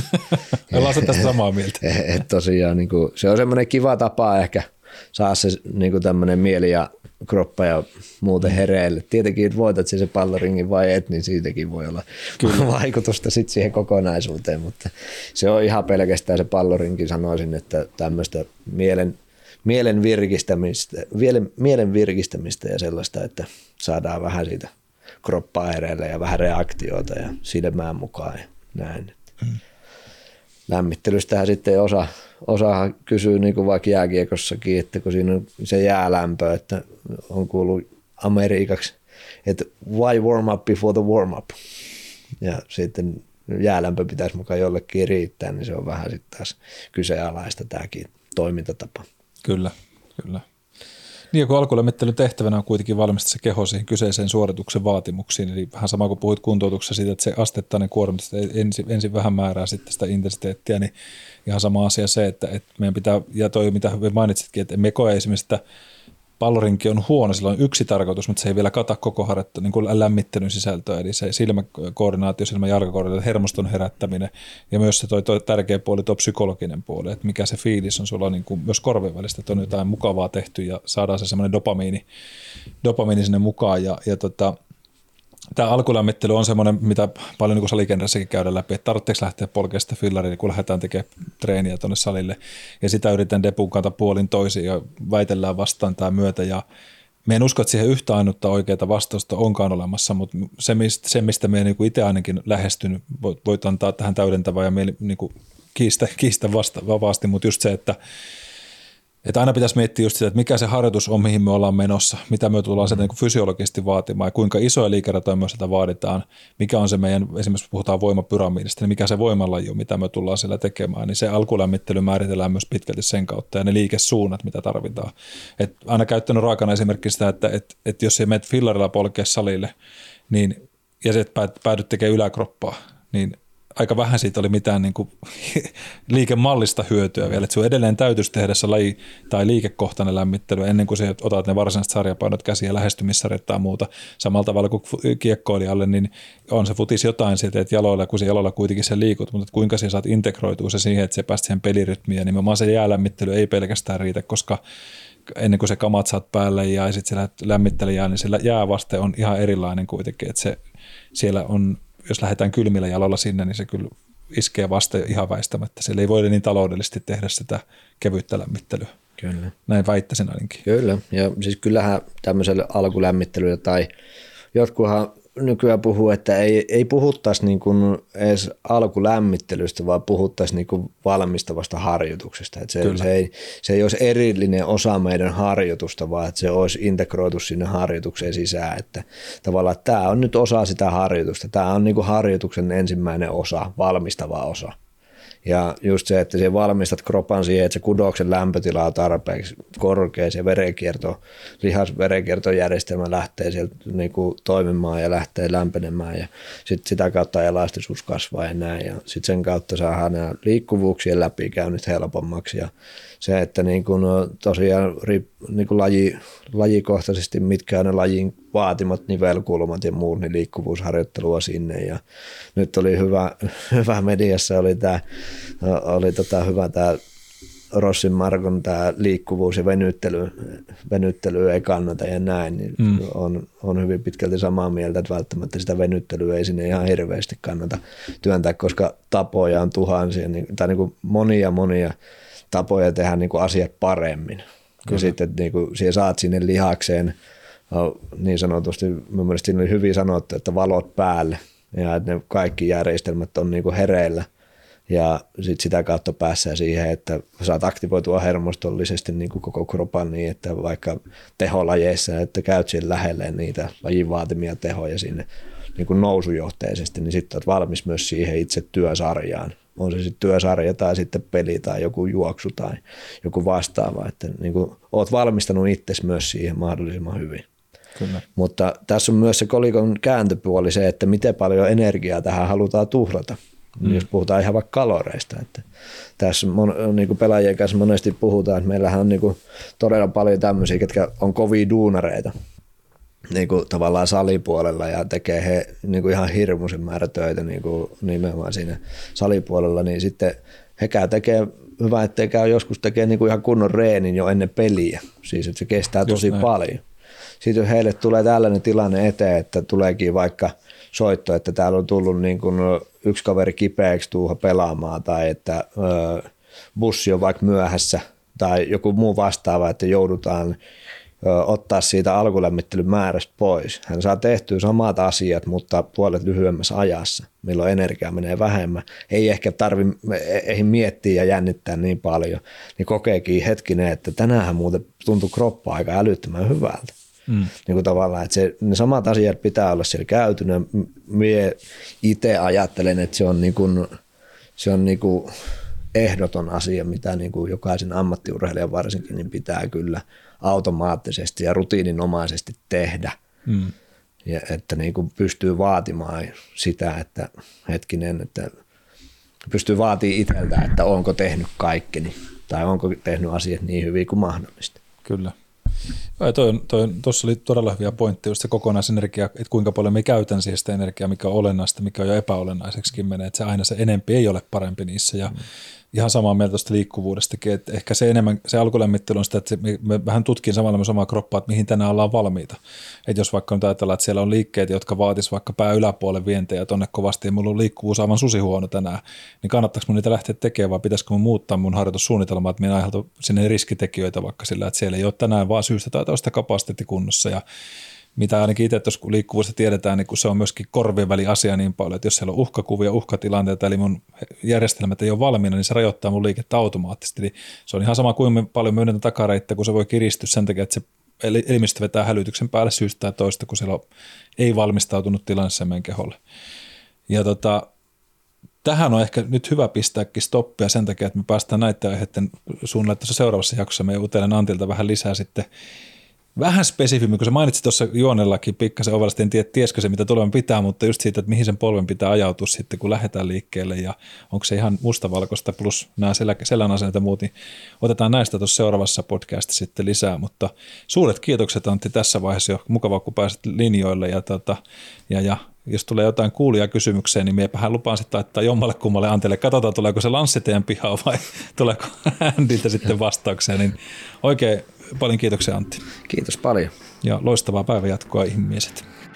Ollaan se tästä samaa mieltä. Et tosiaan niin kuin, se on semmoinen kiva tapa ehkä saa se niin tämmöinen mieli ja kroppa ja muuten hereille. Tietenkin voitat se palloringin vai et, niin siitäkin voi olla Kyllä. vaikutusta sit siihen kokonaisuuteen, mutta se on ihan pelkästään se pallorinki, sanoisin, että tämmöistä mielen, mielen, virkistämistä, mielen, mielen virkistämistä ja sellaista, että saadaan vähän siitä kroppaa hereille ja vähän reaktioita ja silmään mukaan ja näin. Hmm. Lämmittelystähän sitten osa, osa kysyy niin kuin vaikka jääkiekossakin, että kun siinä on se jäälämpö, että on kuullut amerikaksi, että why warm up before the warm up? Ja sitten jäälämpö pitäisi mukaan jollekin riittää, niin se on vähän sitten taas kyseenalaista tämäkin toimintatapa. Kyllä, kyllä. Niin, kun alkulämmittelyn tehtävänä on kuitenkin valmistaa se keho siihen kyseiseen suorituksen vaatimuksiin, eli vähän sama kuin puhuit kuntoutuksessa siitä, että se astettainen kuormitus ensin, ensin vähän määrää sitten sitä intensiteettiä, niin ihan sama asia se, että, että meidän pitää, ja toi mitä mainitsitkin, että me koe esimerkiksi, että pallorinki on huono, sillä on yksi tarkoitus, mutta se ei vielä kata koko harjoittelun niin kuin lämmittelyn sisältöä, eli se silmäkoordinaatio, silmä- ja jalkakoordinaatio, hermoston herättäminen ja myös se toi, toi tärkeä puoli, tuo psykologinen puoli, että mikä se fiilis on sulla niin kuin myös korvien välistä, että on jotain mukavaa tehty ja saadaan se semmoinen dopamiini, dopamiini sinne mukaan ja, ja tota, tämä alkulämmittely on semmoinen, mitä paljon niin kuin salikenrässäkin käydään läpi, että tarvitseeko lähteä polkemaan sitä fillaria, kun lähdetään tekemään treeniä tuonne salille. Ja sitä yritän depunkata puolin toisin ja väitellään vastaan tämä myötä. Ja me en usko, että siihen yhtä ainutta oikeaa vastausta onkaan olemassa, mutta se, mistä, se, mistä me niin itse ainakin lähestynyt, voit antaa tähän täydentävää ja meillä niin kuin kiistä, kiistä vasta, vapaasti, mutta just se, että Että aina pitäisi miettiä just sitä, että mikä se harjoitus on, mihin me ollaan menossa, mitä me tullaan sieltä niin fysiologisesti vaatimaan ja kuinka isoja liikeratoja myös sitä vaaditaan, mikä on se meidän, esimerkiksi puhutaan voimapyramiidista, niin mikä se voimalaji on, mitä me tullaan siellä tekemään, niin se alkulämmittely määritellään myös pitkälti sen kautta ja ne liikesuunnat, mitä tarvitaan. Et aina käyttänyt raakana esimerkiksi sitä, että et, et jos ei menet fillarilla polkea salille niin, ja se, että päädyt tekemään yläkroppaa, niin aika vähän siitä oli mitään niin kuin liikemallista hyötyä vielä, että sinun edelleen täytyisi tehdä se laji tai liikekohtainen lämmittely ennen kuin otat ne varsinaiset sarjapainot käsiä, lähestymissarjat tai muuta. Samalla tavalla kuin kiekkoilijalle, niin on se futis jotain siitä, että jaloilla, kun se jaloilla kuitenkin se liikut, mutta kuinka sinä saat integroitua se siihen, että se pääst siihen pelirytmiin ja nimenomaan se jäälämmittely ei pelkästään riitä, koska ennen kuin se kamat saat päälle ja sitten se lämmittelee jää, niin se jäävaste on ihan erilainen kuitenkin, että se siellä on jos lähdetään kylmillä jaloilla sinne, niin se kyllä iskee vasta ihan väistämättä. Siellä ei voida niin taloudellisesti tehdä sitä kevyttä lämmittelyä. Kyllä. Näin väittäisin ainakin. Kyllä, ja siis kyllähän tämmöisellä alkulämmittelyllä tai jotkuhan nykyään puhuu, että ei, ei puhuttaisi niin kuin edes alkulämmittelystä, vaan puhuttaisi niin kuin valmistavasta harjoituksesta. Että se, se, ei, se ei olisi erillinen osa meidän harjoitusta, vaan että se olisi integroitu sinne harjoitukseen sisään. Että tavallaan että tämä on nyt osa sitä harjoitusta. Tämä on niin kuin harjoituksen ensimmäinen osa, valmistava osa. Ja just se, että sä valmistat kropan siihen, että se kudoksen lämpötila on tarpeeksi korkea, se verenkierto, lihasverenkiertojärjestelmä lähtee sieltä niin kuin toimimaan ja lähtee lämpenemään ja sitten sitä kautta elastisuus kasvaa ja näin ja sitten sen kautta saadaan nämä liikkuvuuksien läpikäynnit helpommaksi ja se, että niin kuin tosiaan niin kuin laji, lajikohtaisesti mitkä on ne lajin vaatimat nivelkulmat ja muut, niin liikkuvuusharjoittelua sinne ja nyt oli hyvä, hyvä mediassa oli tämä oli tota hyvä tämä Rossin Markon tämä liikkuvuus ja venyttely, venyttely ei kannata ja näin, niin mm. on, on hyvin pitkälti samaa mieltä, että välttämättä sitä venyttelyä ei sinne ihan hirveästi kannata työntää, koska tapoja on tuhansia, niin, tai niin kuin monia monia tapoja tehdä niin kuin asiat paremmin. Ja sitten niin kuin siihen saat sinne lihakseen, niin sanotusti, mun mielestä siinä oli hyvin sanottu, että valot päälle ja että ne kaikki järjestelmät on niin kuin hereillä ja sit sitä kautta päässään siihen, että saat aktivoitua hermostollisesti niin kuin koko kropan niin, että vaikka teholajeissa, että käyt siellä lähelle niitä lajin vaatimia tehoja sinne niin kuin nousujohteisesti, niin sitten olet valmis myös siihen itse työsarjaan. On se sitten työsarja tai sitten peli tai joku juoksu tai joku vastaava, että niin kuin olet valmistanut itsesi myös siihen mahdollisimman hyvin. Kyllä. Mutta tässä on myös se kolikon kääntöpuoli se, että miten paljon energiaa tähän halutaan tuhlata. Mm. Jos puhutaan ihan vaikka kaloreista. Että tässä mon, niin kuin pelaajien kanssa monesti puhutaan, että meillähän on niin kuin todella paljon tämmöisiä, ketkä on kovia duunareita niin kuin tavallaan salipuolella ja tekee he niin kuin ihan hirmuisen määrä töitä niin kuin nimenomaan siinä salipuolella, niin sitten he käy tekee, hyvä ettei käy joskus tekee niin kuin ihan kunnon reenin jo ennen peliä, siis että se kestää tosi paljon. Sitten jos heille tulee tällainen tilanne eteen, että tuleekin vaikka soitto, että täällä on tullut niin kuin yksi kaveri kipeäksi tuuha pelaamaan tai että ö, bussi on vaikka myöhässä tai joku muu vastaava, että joudutaan ö, ottaa siitä alkulämmittelyn määrästä pois. Hän saa tehtyä samat asiat, mutta puolet lyhyemmässä ajassa, milloin energiaa menee vähemmän. Ei ehkä tarvitse ei miettiä ja jännittää niin paljon, niin kokeekin hetkinen, että tänäänhän muuten tuntuu kroppa aika älyttömän hyvältä. Mm. Niin kuin tavallaan, että se, ne samat asiat pitää olla siellä käytynä. Mie itse ajattelen, että se on, niin kuin, se on niin kuin ehdoton asia, mitä niin kuin jokaisen ammattiurheilijan varsinkin niin pitää kyllä automaattisesti ja rutiininomaisesti tehdä. Mm. Ja että niin kuin pystyy vaatimaan sitä, että hetkinen, että pystyy vaatimaan itseltä, että onko tehnyt kaikkeni tai onko tehnyt asiat niin hyvin kuin mahdollista. Kyllä. Tuossa oli todella hyviä pointteja, just se kokonaisenergia, että kuinka paljon me käytän siihen sitä energiaa, mikä on olennaista, mikä on jo epäolennaiseksikin menee, että se aina se enempi ei ole parempi niissä ja mm. ihan samaa mieltä tuosta liikkuvuudestakin, että ehkä se enemmän, se alkulämmittely on sitä, että me, me vähän tutkin samalla myös omaa kroppaa, että mihin tänään ollaan valmiita. Että jos vaikka nyt ajatellaan, että siellä on liikkeet, jotka vaatisivat vaikka pää yläpuolen vientejä tonne kovasti ja mulla on liikkuvuus aivan susihuono tänään, niin kannattaako mun niitä lähteä tekemään vai pitäisikö mun muuttaa mun harjoitussuunnitelmaa, että minä aiheutan sinne riskitekijöitä vaikka sillä, että siellä ei ole tänään vaan syystä tai toista kapasiteettikunnossa ja mitä ainakin itse tuossa liikkuvuudesta tiedetään, niin kun se on myöskin korvien väli asia niin paljon, että jos siellä on uhkakuvia, uhkatilanteita, eli mun järjestelmät ei ole valmiina, niin se rajoittaa mun liikettä automaattisesti. Eli se on ihan sama kuin paljon myönnetään takareittä, kun se voi kiristyä sen takia, että se elimistö vetää hälytyksen päälle syystä tai toista, kun siellä on, ei valmistautunut tilanne sen meidän keholle. Ja tota, tähän on ehkä nyt hyvä pistääkin stoppia sen takia, että me päästään näiden aiheiden suunnilleen tuossa seuraavassa jaksossa. Me utelen Antilta vähän lisää sitten vähän spesifimmin, kun sä mainitsit tuossa juonellakin pikkasen ovelasti, en tiedä, tiesikö se mitä tulevan pitää, mutta just siitä, että mihin sen polven pitää ajautua sitten, kun lähdetään liikkeelle ja onko se ihan mustavalkoista plus nämä selä, selän asennet ja muut, niin otetaan näistä tuossa seuraavassa podcastissa sitten lisää, mutta suuret kiitokset Antti tässä vaiheessa jo, mukavaa kun pääset linjoille ja, tota, ja, ja jos tulee jotain kuulia kysymykseen, niin miepä lupaan sitten laittaa jommalle kummalle Antille. Katsotaan, tuleeko se lanssi teidän pihaan vai tuleeko Andiltä sitten vastaukseen. Niin oikein paljon kiitoksia Antti. Kiitos paljon. Ja loistavaa päivänjatkoa ihmiset.